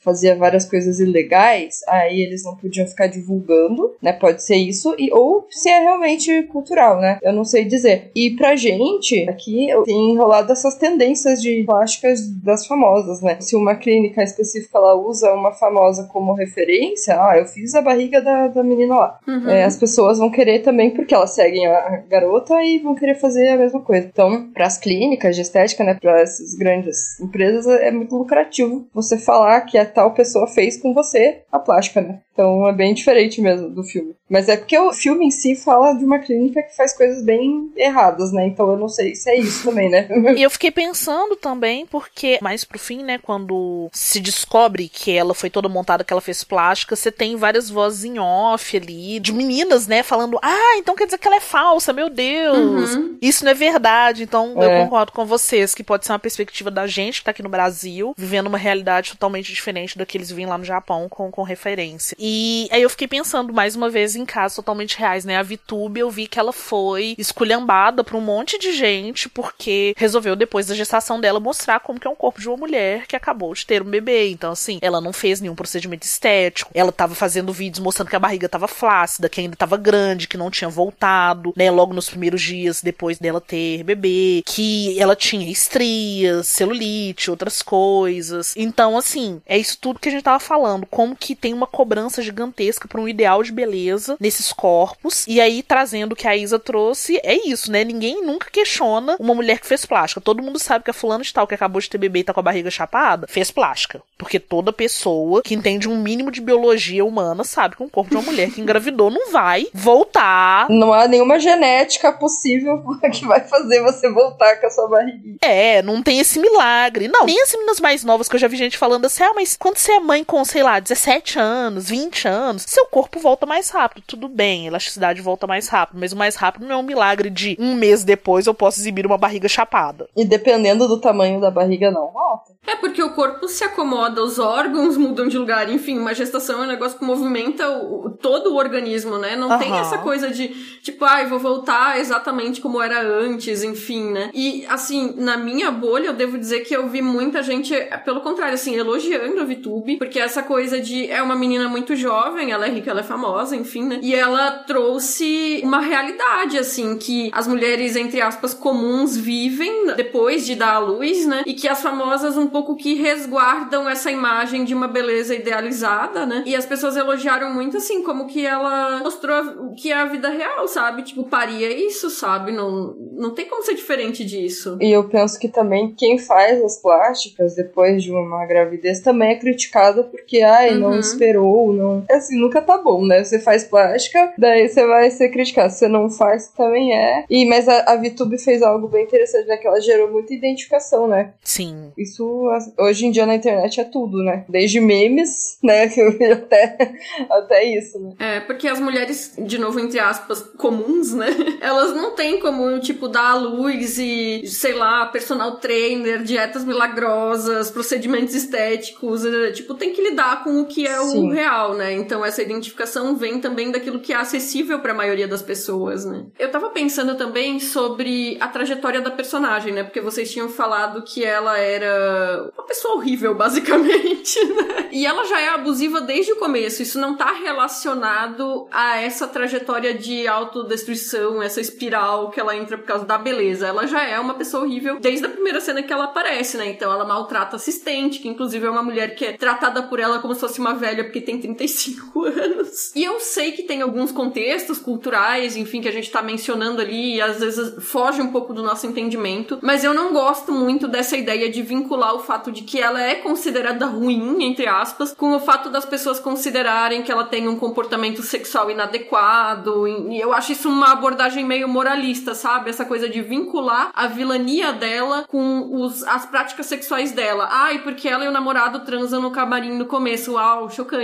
fazia várias coisas ilegais, aí eles não podiam ficar divulgando, né? Pode ser isso, e, ou se é realmente cultural, né? Eu não sei dizer. E pra gente, aqui, tem rolado essas tendências de plásticas das famosas, né? Se uma clínica específica ela usa uma famosa como referência, ah, eu fiz a barriga da, da menina lá. Uhum. É, as pessoas vão querer também, porque elas seguem a garota e vão querer fazer a mesma coisa. Então, pras clínicas de estética, né, para essas grandes empresas, é muito lucrativo você falar que a tal pessoa fez com você a plástica, né? Então é bem diferente mesmo do filme. Mas é porque o filme em si fala de uma clínica que faz coisas bem erradas, né? Então eu não sei se é isso também, né? E eu fiquei pensando também, porque mais pro fim, né, quando se descobre que ela foi toda montada, que ela fez plástica, você tem várias vozes em off ali, de meninas, né, falando, ah, então quer dizer que ela é falsa, meu Deus. Uhum. Isso não é verdade. Então é. eu concordo com vocês, que pode ser uma perspectiva da gente que tá aqui no Brasil, vivendo uma realidade totalmente diferente da que eles vêm lá no Japão com, com referência. E aí eu fiquei pensando mais uma vez em casos totalmente reais, né? A VTube, eu vi que ela foi esculhambada por um monte de gente porque resolveu, depois da gestação dela, mostrar como que é um corpo de uma mulher que acabou de ter um bebê. Então, assim, ela não fez nenhum procedimento estético, ela tava fazendo vídeos mostrando que a barriga tava flácida, que ainda tava grande, que não tinha voltado, né? Logo nos primeiros dias depois dela ter bebê, que ela tinha estrias, celulite, outras coisas. Então, assim, é isso tudo que a gente tava falando, como que tem uma cobrança gigantesca para um ideal de beleza nesses corpos, e aí trazendo o que a Isa trouxe, é isso, né? Ninguém nunca questiona uma mulher que fez plástica. Todo mundo sabe que a fulana de tal que acabou de ter bebê e tá com a barriga chapada, fez plástica. Porque toda pessoa que entende um mínimo de biologia humana sabe que um corpo de uma mulher que engravidou não vai voltar. Não há nenhuma genética possível que vai fazer você voltar com a sua barriga. É, não tem esse milagre. Não, nem as meninas mais novas que eu já vi gente falando assim, ah, mas quando você é mãe com, sei lá, dezessete anos, vinte anos, seu corpo volta mais rápido. Tudo bem, elasticidade volta mais rápido, mas o mais rápido não é um milagre de um mês depois eu posso exibir uma barriga chapada. E dependendo do tamanho da barriga, não volta. É porque o corpo se acomoda, os órgãos mudam de lugar, enfim, uma gestação é um negócio que movimenta o, todo o organismo, né? Não uhum. tem essa coisa de, tipo, ai, ah, vou voltar exatamente como era antes, enfim, né? E, assim, na minha bolha, eu devo dizer que eu vi muita gente, pelo contrário, assim, elogiando a VTube, porque essa coisa de, é uma menina muito jovem, ela é rica, ela é famosa, enfim, né? E ela trouxe uma realidade, assim, que as mulheres, entre aspas, comuns vivem depois de dar à luz, né? E que as famosas um pouco que resguardam essa imagem de uma beleza idealizada, né? E as pessoas elogiaram muito, assim, como que ela mostrou o que é a vida real, sabe? Tipo, parir é isso, sabe? Não, não tem como ser diferente disso. E eu penso que também quem faz as plásticas depois de uma gravidez também é criticada porque, ai, uhum. não esperou, não... Assim, nunca tá bom, né? Você faz plástica, daí você vai ser criticado. Se você não faz, também é. E, mas a, a VTube fez algo bem interessante, né? Que ela gerou muita identificação, né? Sim. Isso, hoje em dia na internet é tudo, né? Desde memes, né? até, até isso, né? É, porque as mulheres, de novo, entre aspas, comuns, né? Elas não têm como, tipo, dar à luz e, sei lá, personal trainer, dietas milagrosas, procedimentos estéticos, tipo, tem que lidar com o que é Sim. o real, né? Então essa identificação vem também daquilo que é acessível para a maioria das pessoas, né? Eu tava pensando também sobre a trajetória da personagem, né? Porque vocês tinham falado que ela era uma pessoa horrível, basicamente, né? E ela já é abusiva desde o começo. Isso não tá relacionado a essa trajetória de autodestruição, essa espiral que ela entra por causa da beleza. Ela já é uma pessoa horrível desde a primeira cena que ela aparece, né? Então ela maltrata a assistente, que inclusive é uma mulher que é tratada por ela como se fosse uma velha porque tem trinta e cinco anos. E eu sei que tem alguns contextos culturais, enfim, que a gente tá mencionando ali e às vezes foge um pouco do nosso entendimento, mas eu não gosto muito dessa ideia de vincular o fato de que ela é considerada ruim, entre aspas, com o fato das pessoas considerarem que ela tem um comportamento sexual inadequado, e eu acho isso uma abordagem meio moralista, sabe? Essa coisa de vincular a vilania dela com os, as práticas sexuais dela. Ai, porque ela e o namorado transam no camarim no começo. Uau, chocante, sabe?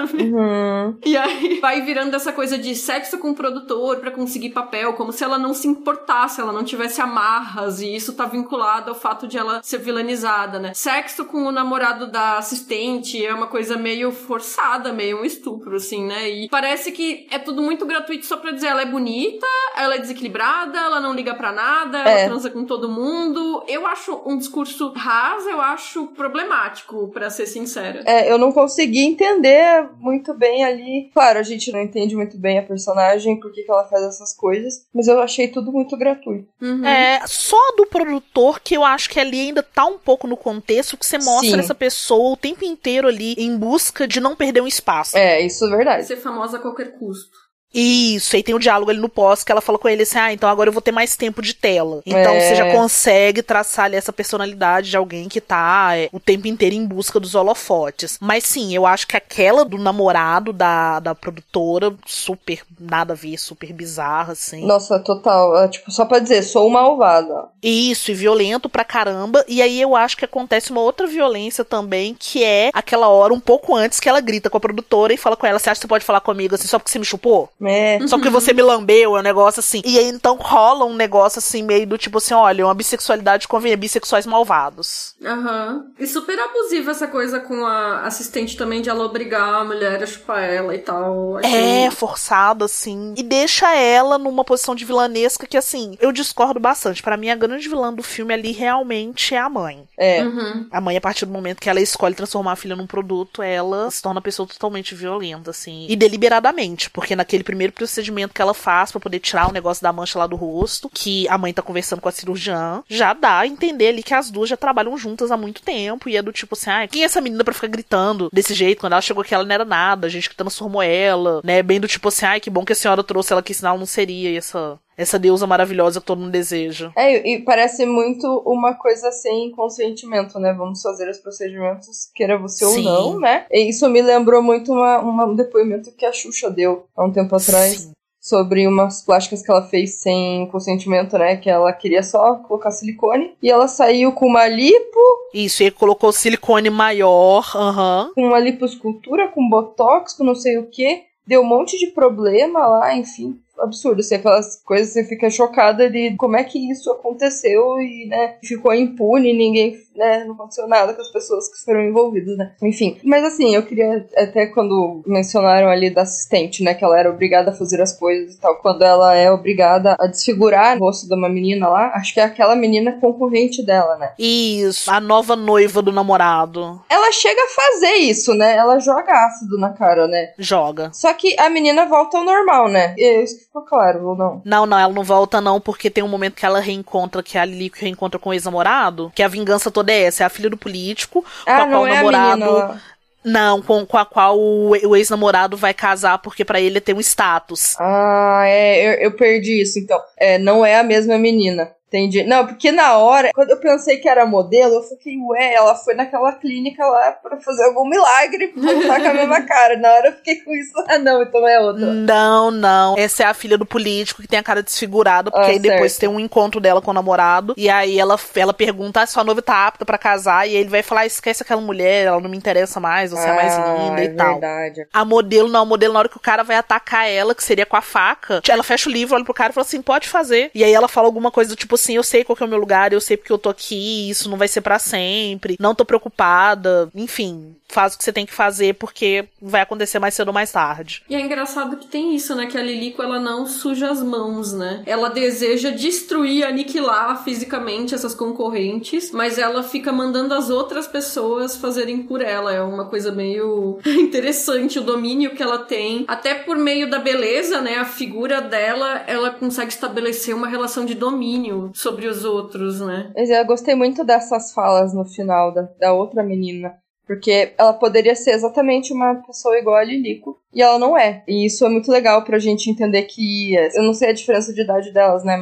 sabe? Uhum. E aí vai virando essa coisa de sexo com o produtor pra conseguir papel, como se ela não se importasse, ela não tivesse amarras, e isso tá vinculado ao fato de ela ser vilanizada, né? Sexo com o namorado da assistente é uma coisa meio forçada, meio um estupro, assim, né? E parece que é tudo muito gratuito só pra dizer ela é bonita, ela é desequilibrada, ela não liga pra nada, ela É. transa com todo mundo. Eu acho um discurso raso, eu acho problemático, pra ser sincera. É, eu não consegui entender muito bem ali. Claro, a gente não entende muito bem a personagem, por que que ela faz essas coisas, mas eu achei tudo muito gratuito. Uhum. É, só do produtor que eu acho que ali ainda tá um pouco no contexto que você mostra Sim. essa pessoa o tempo inteiro ali em busca de não perder um espaço. É, isso é verdade. Ser famosa a qualquer custo. Isso, aí tem o diálogo ali no pós que ela fala com ele assim, ah, então agora eu vou ter mais tempo de tela. Então É. você já consegue traçar ali essa personalidade de alguém que tá é, o tempo inteiro em busca dos holofotes. Mas sim, eu acho que aquela do namorado da, da produtora, super nada a ver, super bizarra, assim. Nossa, total. É, tipo, só pra dizer, sou malvada. Isso, e violento pra caramba. E aí eu acho que acontece uma outra violência também, que é aquela hora um pouco antes que ela grita com a produtora e fala com ela, você acha que você pode falar comigo assim só porque você me chupou? É. Só porque você me lambeu, é um negócio assim. E aí então rola um negócio assim, meio do tipo assim, olha, uma bissexualidade convém bissexuais malvados. Aham. E super abusiva essa coisa com a assistente também, de ela obrigar a mulher a chupar ela e tal. Achei... É, forçado, assim. E deixa ela numa posição de vilanesca que, assim, eu discordo bastante. Pra mim, a grande vilã do filme ali realmente é a mãe. É. Uhum. A mãe, a partir do momento que ela escolhe transformar a filha num produto, ela se torna uma pessoa totalmente violenta, assim. E deliberadamente, porque naquele primeiro procedimento que ela faz pra poder tirar o negócio da mancha lá do rosto, que a mãe tá conversando com a cirurgiã, já dá a entender ali que as duas já trabalham juntas há muito tempo, e é do tipo assim, ah, quem é essa menina pra ficar gritando desse jeito? Quando ela chegou aqui, ela não era nada, a gente que transformou ela, né? Bem do tipo assim, ai, que bom que a senhora trouxe ela aqui, senão ela não seria, e essa... essa deusa maravilhosa que todo mundo deseja. É, e parece muito uma coisa sem consentimento, né? Vamos fazer os procedimentos, queira você Sim. ou não, né? E isso me lembrou muito uma, uma, um depoimento que a Xuxa deu há um tempo atrás. Sim. Sobre umas plásticas que ela fez sem consentimento, né? Que ela queria só colocar silicone. E ela saiu com uma lipo, Isso, e aí colocou silicone maior, aham. com uma lipoescultura, com botox, com não sei o quê. Deu um monte de problema lá, enfim. Absurdo, assim, aquelas coisas você fica chocada de como é que isso aconteceu e, né, ficou impune, ninguém, né, não aconteceu nada com as pessoas que foram envolvidas, né, enfim. Mas assim, eu queria, até quando mencionaram ali da assistente, né, que ela era obrigada a fazer as coisas e tal, quando ela é obrigada a desfigurar o rosto de uma menina lá, acho que é aquela menina concorrente dela, né. Isso, a nova noiva do namorado. Ela chega a fazer isso, né, ela joga ácido na cara, né. Joga. Só que a menina volta ao normal, né, e isso ficou claro, ou não? Não, não, ela não volta não, porque tem um momento que ela reencontra, que a Lily reencontra com o ex-namorado, que a vingança toda é essa, é a filha do político, Ah, com a não qual é o namorado... a menina lá. Não, com, com a qual o, o ex-namorado vai casar, porque pra ele tem um status. Ah, é, eu, eu perdi isso, então. É, não é a mesma menina. Entendi. Não, porque na hora, quando eu pensei que era modelo, eu fiquei, ué, ela foi naquela clínica lá pra fazer algum milagre pra voltar com a mesma cara. Na hora eu fiquei com isso. Ah, não, então é outra. Não, não. Essa é a filha do político que tem a cara desfigurada, porque Ah, aí depois certo. tem um encontro dela com o namorado, e aí ela, ela pergunta, ah, sua noiva tá apta pra casar, e ele vai falar, ah, esquece aquela mulher, ela não me interessa mais, você é mais linda é e tal. verdade. A modelo, não, a modelo, na hora que o cara vai atacar ela, que seria com a faca, ela fecha o livro, olha pro cara e fala assim, pode fazer. E aí ela fala alguma coisa do tipo assim, eu sei qual que é o meu lugar, eu sei porque eu tô aqui, isso não vai ser pra sempre, não tô preocupada, enfim, faz o que você tem que fazer porque vai acontecer mais cedo ou mais tarde. E é engraçado que tem isso, né? Que a Lilico, ela não suja as mãos, né? Ela deseja destruir, aniquilar fisicamente essas concorrentes, mas ela fica mandando as outras pessoas fazerem por ela. É uma coisa meio interessante o domínio que ela tem. Até por meio da beleza, né? A figura dela, ela consegue estabelecer uma relação de domínio sobre os outros, né? Mas eu gostei muito dessas falas no final da, da outra menina. Porque ela poderia ser exatamente uma pessoa igual a Lilico, e ela não é. E isso é muito legal pra gente entender que... Eu não sei a diferença de idade delas, né? Mas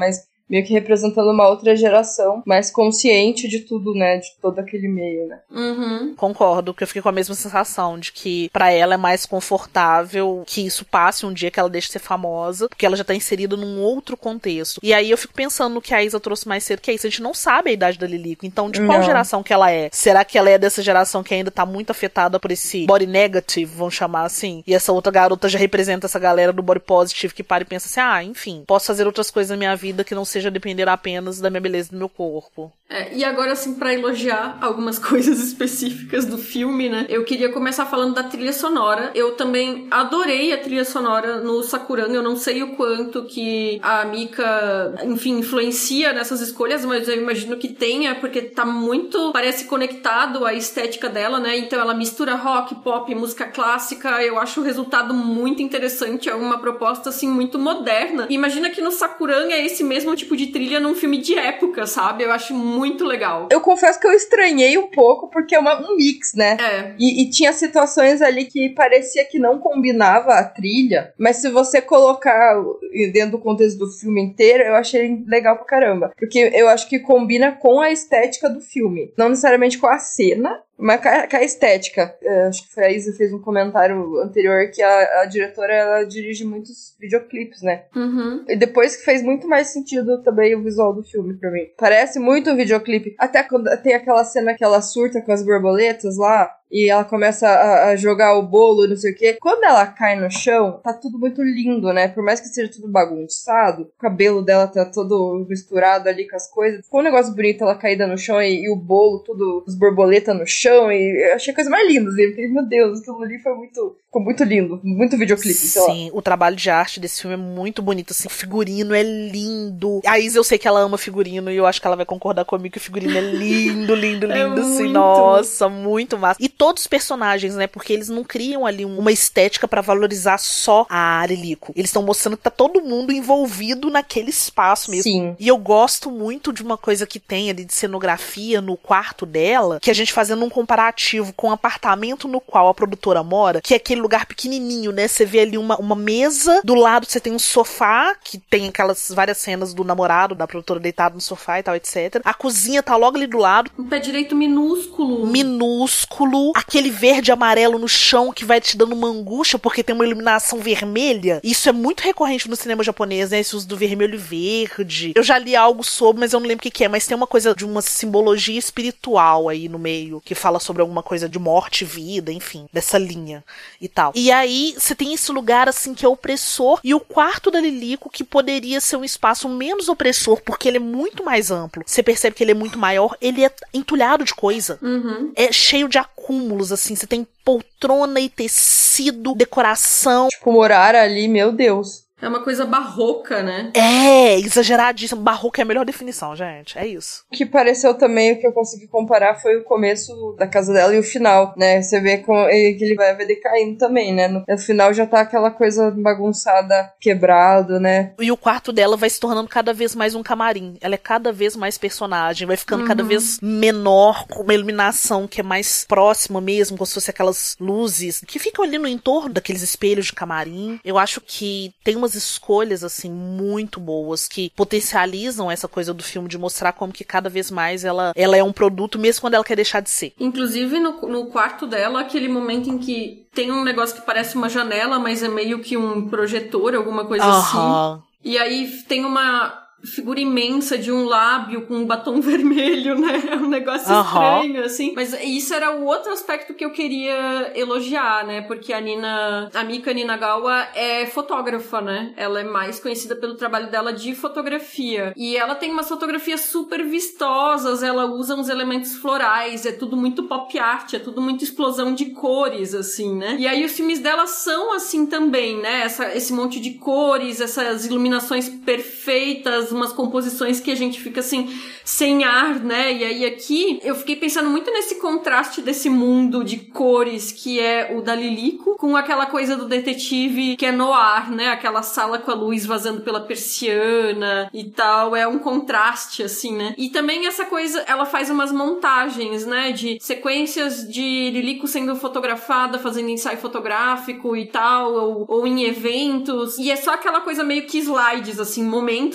meio que representando uma outra geração mais consciente de tudo, né, de todo aquele meio, né. Uhum. Concordo, que eu fiquei com a mesma sensação de que pra ela é mais confortável que isso passe um dia que ela deixe de ser famosa, porque ela já tá inserida num outro contexto. E aí eu fico pensando no que a Isa trouxe mais cedo, que é isso, a gente não sabe a idade da Lilico, então de qual Não. geração que ela é? Será que ela é dessa geração que ainda tá muito afetada por esse body negative, vamos chamar assim? E essa outra garota já representa essa galera do body positive que para e pensa assim, ah, enfim, posso fazer outras coisas na minha vida que não seja depender apenas da minha beleza e do meu corpo. É, e agora, assim, pra elogiar algumas coisas específicas do filme, né? Eu queria começar falando da trilha sonora. Eu também adorei a trilha sonora no Sakuran. Eu não sei o quanto que a Mika, enfim, influencia nessas escolhas, mas eu imagino que tenha, porque tá muito, parece conectado à estética dela, né? Então ela mistura rock, pop, música clássica. Eu acho o resultado muito interessante. É uma proposta, assim, muito moderna. E imagina que no Sakuran é esse mesmo tipo de trilha num filme de época, sabe? Eu acho muito muito legal. Eu confesso que eu estranhei um pouco, porque é uma, um mix, né? É. E, e tinha situações ali que parecia que não combinava a trilha, mas se você colocar dentro do contexto do filme inteiro, eu achei legal pra caramba. Porque eu acho que combina com a estética do filme. Não necessariamente com a cena, mas com a, com a estética. Eu acho que a Isa fez um comentário anterior que a, a diretora, ela dirige muitos videoclipes, né? Uhum. E depois que fez muito mais sentido também o visual do filme pra mim. Parece muito um videoclipe. Até quando tem aquela cena que ela surta com as borboletas lá, e ela começa a, a jogar o bolo e não sei o quê. Quando ela cai no chão, tá tudo muito lindo, né? Por mais que seja tudo bagunçado, o cabelo dela tá todo misturado ali com as coisas. Ficou um negócio bonito ela caída no chão e, e o bolo, tudo, as borboletas no chão. E eu achei a coisa mais linda, assim. Eu fiquei, meu Deus, aquilo ali foi muito... Ficou muito lindo. Muito videoclipe, sei lá. Sim, o trabalho de arte desse filme é muito bonito, assim. O figurino é lindo. A Isa, eu sei que ela ama figurino e eu acho que ela vai concordar comigo que o figurino é lindo, lindo, lindo, é assim. muito. Nossa, muito massa. E todos os personagens, né? Porque eles não criam ali uma estética pra valorizar só a Lilico. Eles estão mostrando que tá todo mundo envolvido naquele espaço mesmo. Sim. E eu gosto muito de uma coisa que tem ali de cenografia no quarto dela, que a gente fazendo um comparativo com o apartamento no qual a produtora mora, que é aquele lugar pequenininho, né? Você vê ali uma, uma mesa, do lado você tem um sofá, que tem aquelas várias cenas do namorado, da produtora deitado no sofá e tal, etcétera. A cozinha tá logo ali do lado. Um pé direito minúsculo. Minúsculo. Aquele verde e amarelo no chão que vai te dando uma angústia porque tem uma iluminação vermelha. Isso é muito recorrente no cinema japonês, né? Esse uso do vermelho e verde. Eu já li algo sobre, mas eu não lembro o que, que é. Mas tem uma coisa de uma simbologia espiritual aí no meio, que fala sobre alguma coisa de morte e vida, enfim, dessa linha e tal. E aí, você tem esse lugar, assim, que é opressor, e o quarto da Lilico, que poderia ser um espaço menos opressor, porque ele é muito mais amplo. Você percebe que ele é muito maior, ele é entulhado de coisa. Uhum. É cheio de acúmulos, assim, você tem poltrona e tecido, decoração. Tipo, morar ali, meu Deus. É uma coisa barroca, né? É, exageradíssimo. Barroco é a melhor definição, gente. É isso. O que pareceu também, o que eu consegui comparar, foi o começo da casa dela e o final, né? Você vê com, que ele vai, vai decaindo também, né? No, no final já tá aquela coisa bagunçada, quebrado, né? E o quarto dela vai se tornando cada vez mais um camarim. Ela é cada vez mais personagem, vai ficando uhum. cada vez menor, com uma iluminação que é mais próxima mesmo, como se fosse aquelas luzes que ficam ali no entorno daqueles espelhos de camarim. Eu acho que tem umas escolhas, assim, muito boas, que potencializam essa coisa do filme de mostrar como que cada vez mais ela, ela é um produto, mesmo quando ela quer deixar de ser. Inclusive, no, no quarto dela, aquele momento em que tem um negócio que parece uma janela, mas é meio que um projetor, alguma coisa Uhum. assim. E aí tem uma figura imensa de um lábio com um batom vermelho, né? É um negócio uhum. estranho, assim. Mas isso era o outro aspecto que eu queria elogiar, né? Porque a Nina, a Mika Ninagawa é fotógrafa, né? Ela é mais conhecida pelo trabalho dela de fotografia. E ela tem umas fotografias super vistosas, ela usa uns elementos florais, é tudo muito pop art, é tudo muito explosão de cores, assim, né? E aí os filmes dela são assim também, né? Essa, esse monte de cores, essas iluminações perfeitas, umas composições que a gente fica assim, sem ar, né? E aí aqui, eu fiquei pensando muito nesse contraste desse mundo de cores que é o da Lilico, com aquela coisa do detetive que é noir, né? Aquela sala com a luz vazando pela persiana e tal, é um contraste, assim, né? E também essa coisa, ela faz umas montagens, né? De sequências de Lilico sendo fotografada, fazendo ensaio fotográfico e tal, ou, ou em eventos, e é só aquela coisa meio que slides, assim, momentos que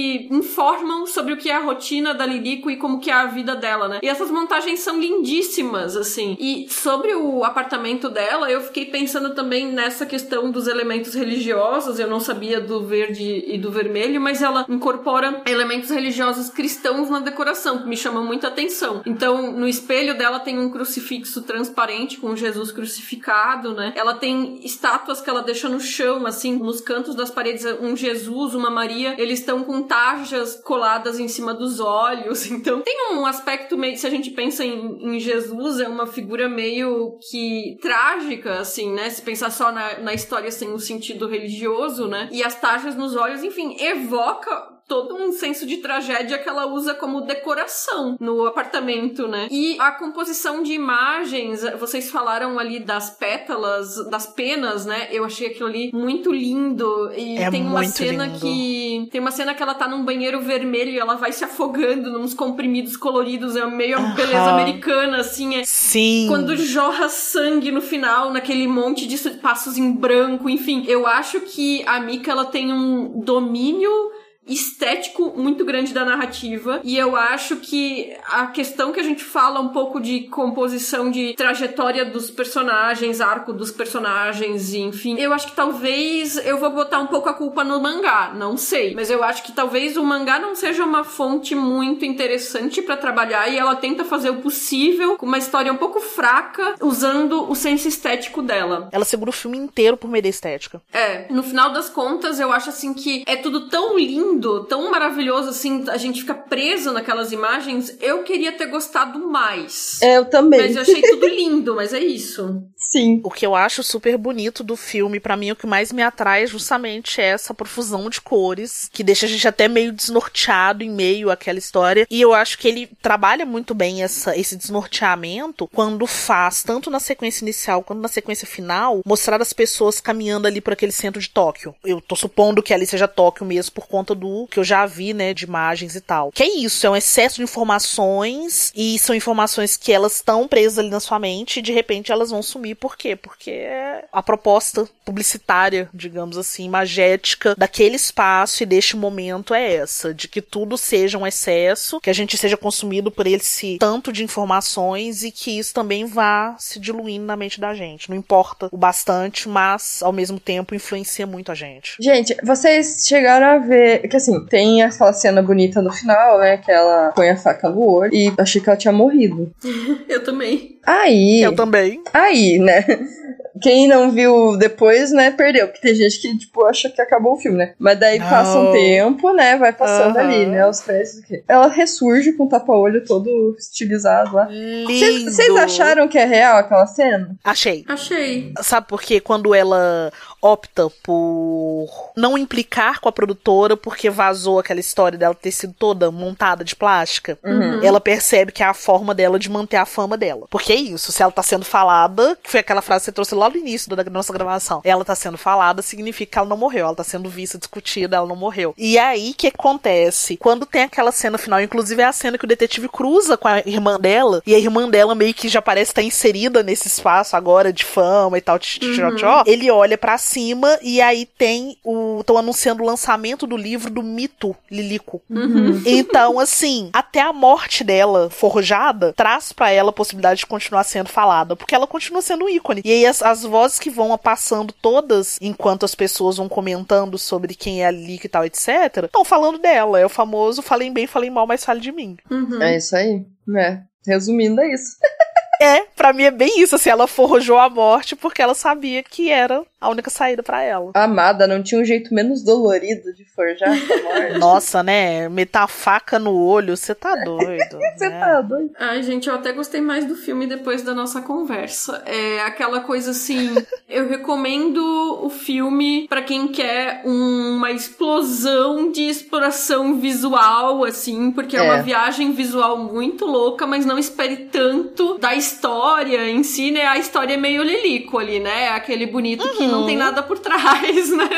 que informam sobre o que é a rotina da Lilico e como que é a vida dela, né? E essas montagens são lindíssimas, assim. E sobre o apartamento dela, eu fiquei pensando também nessa questão dos elementos religiosos. Eu não sabia do verde e do vermelho, mas ela incorpora elementos religiosos cristãos na decoração, que me chamam muita atenção. Então, no espelho dela tem um crucifixo transparente com Jesus crucificado, né? Ela tem estátuas que ela deixa no chão, assim, nos cantos das paredes, um Jesus, uma Maria, eles estão com tarjas coladas em cima dos olhos. Então, tem um aspecto meio, se a gente pensa em, em Jesus, é uma figura meio que trágica, assim, né? Se pensar só na, na história sem um sentido religioso, né? E as tarjas nos olhos, enfim, evoca todo um senso de tragédia que ela usa como decoração no apartamento, né? E a composição de imagens, vocês falaram ali das pétalas, das penas, né? Eu achei aquilo ali muito lindo. E é tem uma muito cena lindo. que... Tem uma cena que ela tá num banheiro vermelho e ela vai se afogando nos comprimidos coloridos. É meio a beleza uh-huh. americana, assim. É Sim. Quando jorra sangue no final, naquele monte de passos em branco, enfim. Eu acho que a Mika, ela tem um domínio estético muito grande da narrativa, e eu acho que a questão que a gente fala um pouco de composição de trajetória dos personagens, arco dos personagens, enfim, eu acho que talvez eu vou botar um pouco a culpa no mangá, não sei, mas eu acho que talvez o mangá não seja uma fonte muito interessante pra trabalhar, e ela tenta fazer o possível com uma história um pouco fraca, usando o senso estético dela. Ela segura o filme inteiro por meio da estética. É, no final das contas, eu acho assim que é tudo tão lindo, tão maravilhoso, assim, a gente fica preso naquelas imagens. Eu queria ter gostado mais. É, eu também. Mas eu achei tudo lindo, mas é isso. Sim. O que eu acho super bonito do filme, pra mim, o que mais me atrai é justamente essa profusão de cores, que deixa a gente até meio desnorteado em meio àquela história. E eu acho que ele trabalha muito bem essa, esse desnorteamento quando faz, tanto na sequência inicial quanto na sequência final, mostrar as pessoas caminhando ali por aquele centro de Tóquio. Eu tô supondo que ali seja Tóquio mesmo por conta do que eu já vi, né, de imagens e tal. Que é isso, é um excesso de informações, e são informações que elas estão presas ali na sua mente e de repente elas vão sumir. Por quê? Porque a proposta publicitária, digamos assim, imagética daquele espaço e deste momento é essa, de que tudo seja um excesso, que a gente seja consumido por esse tanto de informações e que isso também vá se diluindo na mente da gente. Não importa o bastante, mas ao mesmo tempo influencia muito a gente. Gente, vocês chegaram a ver que assim, tem aquela cena bonita no final, né, que ela põe a faca no olho e achei que ela tinha morrido. Eu também. Aí... Eu também. Aí, né... Quem não viu depois, né, perdeu. Porque tem gente que, tipo, acha que acabou o filme, né? Mas daí não. passa um tempo, né, vai passando uhum. ali, né, os créditos. Ela ressurge com o tapa-olho todo estilizado lá. Lindo! Vocês acharam que é real aquela cena? Achei. Achei. Sabe por quê? Quando ela opta por não implicar com a produtora porque vazou aquela história dela ter sido toda montada de plástica, Uhum. ela percebe que é a forma dela de manter a fama dela. Porque é isso, se ela tá sendo falada, que foi aquela frase que você trouxe lá no início da nossa gravação, ela tá sendo falada, significa que ela não morreu, ela tá sendo vista, discutida, ela não morreu. E aí, o que acontece? Quando tem aquela cena final, inclusive é a cena que o detetive cruza com a irmã dela, e a irmã dela meio que já parece estar inserida nesse espaço agora de fama e tal, uhum. Ele olha pra cima e aí tem o... estão anunciando o lançamento do livro do mito Lilico. Uhum. Então, assim, até a morte dela, forjada, traz pra ela a possibilidade de continuar sendo falada, porque ela continua sendo um ícone. E aí as, as vozes que vão passando todas, enquanto as pessoas vão comentando sobre quem é a Lilico e tal, etcétera, estão falando dela. É o famoso falem bem, falem mal, mas fale de mim. Uhum. É isso aí. É. Resumindo, é isso. É, pra mim é bem isso, assim, ela forjou a morte porque ela sabia que era a única saída pra ela. A amada não tinha um jeito menos dolorido de forjar a morte. Nossa, né? Meter a faca no olho, você tá doido. Você né? tá doido. Ai, gente, eu até gostei mais do filme depois da nossa conversa. É aquela coisa assim, eu recomendo o filme pra quem quer uma explosão de exploração visual, assim, porque é, é uma viagem visual muito louca, mas não espere tanto da história em si, né? A história é meio Lilico ali, né? Aquele bonito uhum. que não tem nada por trás, né?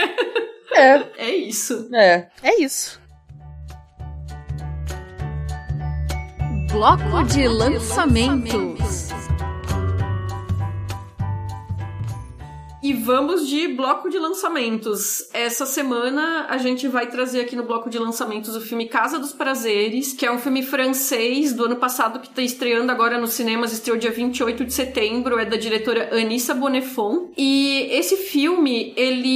É. É isso. É. É isso. Bloco de lançamentos. E vamos de bloco de lançamentos. Essa semana a gente vai trazer aqui no bloco de lançamentos o filme Casa dos Prazeres, que é um filme francês do ano passado que está estreando agora nos cinemas, estreou dia vinte e oito de setembro, é da diretora Anissa Bonnefond. E esse filme,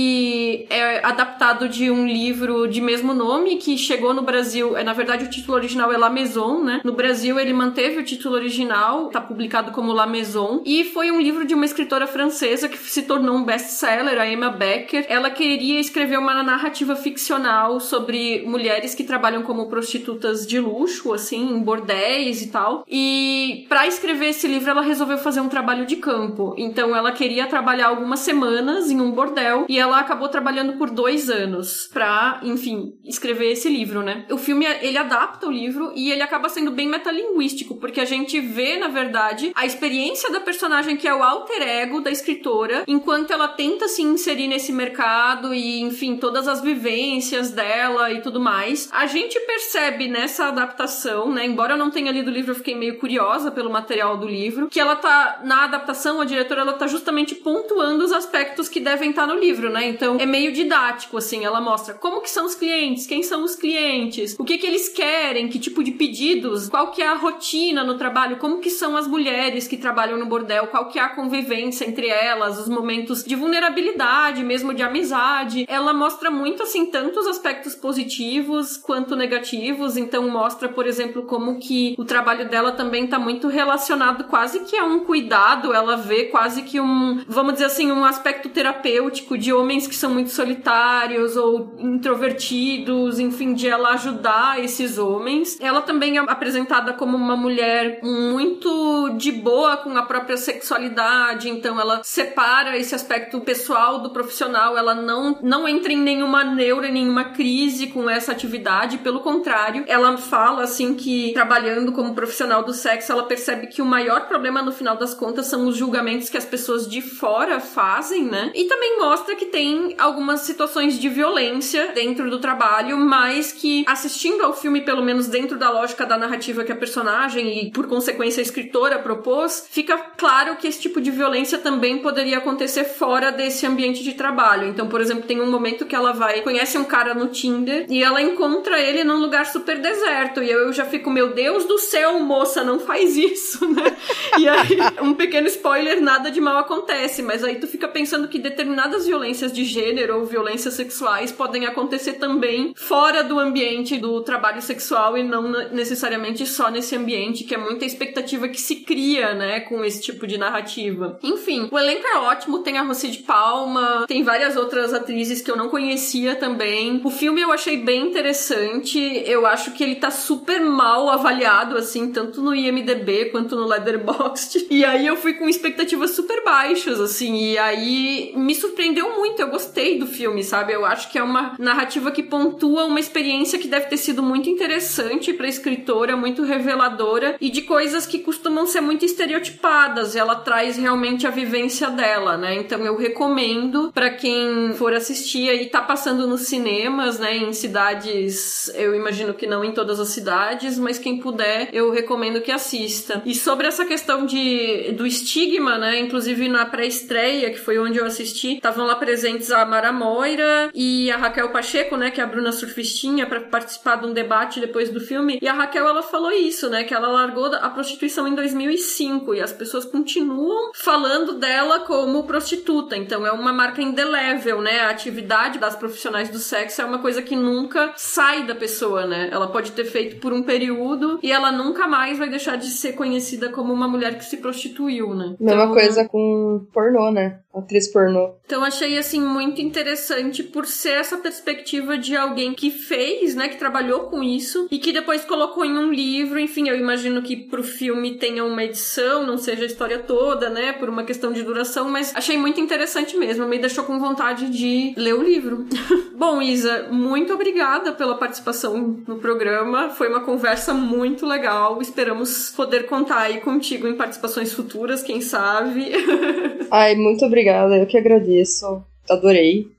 ele é adaptado de um livro de mesmo nome que chegou no Brasil, é na verdade o título original é La Maison, né? No Brasil ele manteve o título original, tá publicado como La Maison, e foi um livro de uma escritora francesa que se tornou um best-seller, a Emma Becker. Ela queria escrever uma narrativa ficcional sobre mulheres que trabalham como prostitutas de luxo, assim, em bordéis e tal. E pra escrever esse livro ela resolveu fazer um trabalho de campo. Então ela queria trabalhar algumas semanas em um bordel e ela acabou trabalhando por dois anos pra, enfim, escrever esse livro, né? O filme, ele adapta o livro e ele acaba sendo bem metalinguístico, porque a gente vê, na verdade, a experiência da personagem que é o alter ego da escritora, enquanto ela tenta se inserir nesse mercado e, enfim, todas as vivências dela e tudo mais. A gente percebe nessa adaptação, né, embora eu não tenha lido o livro, eu fiquei meio curiosa pelo material do livro, que ela tá, na adaptação, a diretora, ela tá justamente pontuando os aspectos que devem estar no livro, né, então é meio didático, assim, ela mostra como que são os clientes, quem são os clientes, o que que eles querem, que tipo de pedidos, qual que é a rotina no trabalho, como que são as mulheres que trabalham no bordel, qual que é a convivência entre elas, os momentos de vulnerabilidade, mesmo de amizade. Ela mostra muito, assim, tanto os aspectos positivos quanto negativos, então mostra, por exemplo, como que o trabalho dela também tá muito relacionado quase que a um cuidado, ela vê quase que um, vamos dizer assim, um aspecto terapêutico de homens que são muito solitários ou introvertidos, enfim, de ela ajudar esses homens. Ela também é apresentada como uma mulher muito de boa com a própria sexualidade, então ela separa esse aspecto pessoal do profissional, ela não, não entra em nenhuma neura, em nenhuma crise com essa atividade, pelo contrário, ela fala assim que trabalhando como profissional do sexo, ela percebe que o maior problema no final das contas são os julgamentos que as pessoas de fora fazem, né? E também mostra que tem algumas situações de violência dentro do trabalho, mas que assistindo ao filme, pelo menos dentro da lógica da narrativa que a personagem e por consequência a escritora propôs, fica claro que esse tipo de violência também poderia acontecer fora desse ambiente de trabalho. Então, por exemplo, tem um momento que ela vai, conhece um cara no Tinder e ela encontra ele num lugar super deserto e eu já fico, meu Deus do céu, moça, não faz isso, né? E aí, um pequeno spoiler, nada de mal acontece, mas aí tu fica pensando que determinadas violências de gênero ou violências sexuais podem acontecer também fora do ambiente do trabalho sexual e não necessariamente só nesse ambiente, que é muita expectativa que se cria, né, com esse tipo de narrativa. Enfim, o elenco é ótimo, tem a Rossi de Palma, tem várias outras atrizes que eu não conhecia também. O filme eu achei bem interessante, eu acho que ele tá super mal avaliado, assim, tanto no I M D B quanto no Letterboxd, e aí eu fui com expectativas super baixas, assim, e aí me surpreendeu muito, eu gostei do filme, sabe? Eu acho que é uma narrativa que pontua uma experiência que deve ter sido muito interessante pra escritora, muito reveladora, e de coisas que costumam ser muito estereotipadas, ela traz realmente a vivência dela, né? Então eu recomendo pra quem for assistir aí, tá passando nos cinemas, né, em cidades, eu imagino que não em todas as cidades, mas quem puder, eu recomendo que assista. E sobre essa questão de, do estigma, né, inclusive na pré-estreia, que foi onde eu assisti, estavam lá presentes a Mara Moira e a Raquel Pacheco, né, que é a Bruna Surfistinha, pra participar de um debate depois do filme, e a Raquel, ela falou isso, né, que ela largou a prostituição em dois mil e cinco, e as pessoas continuam falando dela como prostituta, então é uma marca indelével, né, a atividade das profissionais do sexo é uma coisa que nunca sai da pessoa, né, ela pode ter feito por um período e ela nunca mais vai deixar de ser conhecida como uma mulher que se prostituiu, né. Mesma então, coisa com pornô, né, atriz pornô. Então achei, assim, muito interessante por ser essa perspectiva de alguém que fez, né, que trabalhou com isso e que depois colocou em um livro, enfim, eu imagino que pro filme tenha uma edição, não seja a história toda, né, por uma questão de duração, mas achei muito interessante mesmo, me deixou com vontade de ler o livro. Bom, Isa, muito obrigada pela participação no programa, foi uma conversa muito legal, esperamos poder contar aí contigo em participações futuras, quem sabe. Ai, muito obrigada, eu que agradeço, adorei.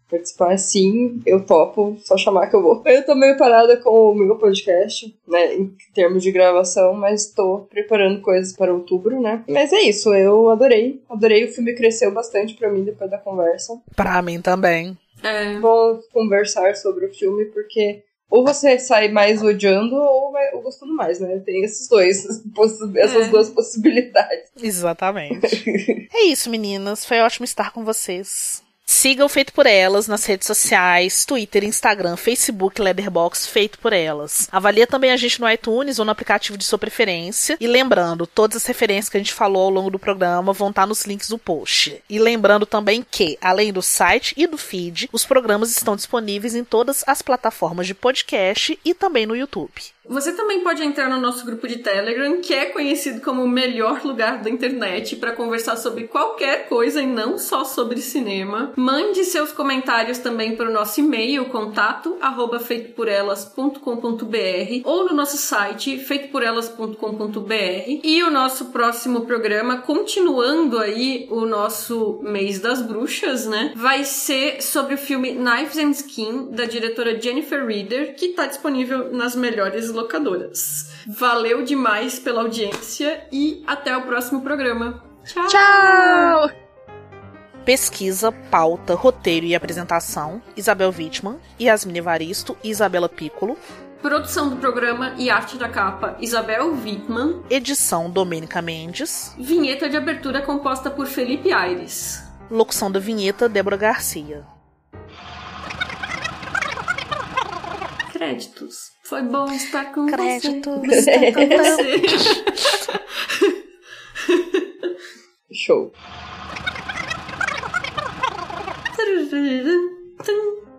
participar, sim, eu topo, só chamar que eu vou. Eu tô meio parada com o meu podcast, né, em termos de gravação, mas tô preparando coisas para outubro, né. Mas é isso, eu adorei, adorei, o filme cresceu bastante pra mim depois da conversa. Pra mim também. É. Bom conversar sobre o filme, porque ou você sai mais odiando ou, vai, ou gostando mais, né? Tem esses dois, essas é. duas possibilidades. Exatamente. É isso, meninas. Foi ótimo estar com vocês. Siga o Feito por Elas nas redes sociais, Twitter, Instagram, Facebook, Letterboxd, Feito por Elas. Avalia também a gente no iTunes ou no aplicativo de sua preferência. E lembrando, todas as referências que a gente falou ao longo do programa vão estar nos links do post. E lembrando também que, além do site e do feed, os programas estão disponíveis em todas as plataformas de podcast e também no YouTube. Você também pode entrar no nosso grupo de Telegram, que é conhecido como o melhor lugar da internet para conversar sobre qualquer coisa e não só sobre cinema. Mande seus comentários também para o nosso e-mail, contato arroba feito por elas ponto com ponto b r ou no nosso site feito por elas ponto com ponto b r. E o nosso próximo programa, continuando aí o nosso mês das bruxas, né, vai ser sobre o filme Knives and Skin, da diretora Jennifer Reeder, que está disponível nas melhores locadoras. Valeu demais pela audiência e até o próximo programa. Tchau! Tchau! Pesquisa, pauta, roteiro e apresentação, Isabel Wittmann, Yasmine Evaristo e Isabela Piccolo. Produção do programa e arte da capa, Isabel Wittmann. Edição, Domênica Mendes. Vinheta de abertura composta por Felipe Aires. Locução da vinheta, Débora Garcia. Créditos. Foi bom estar com Créditos. você. Créditos. Show.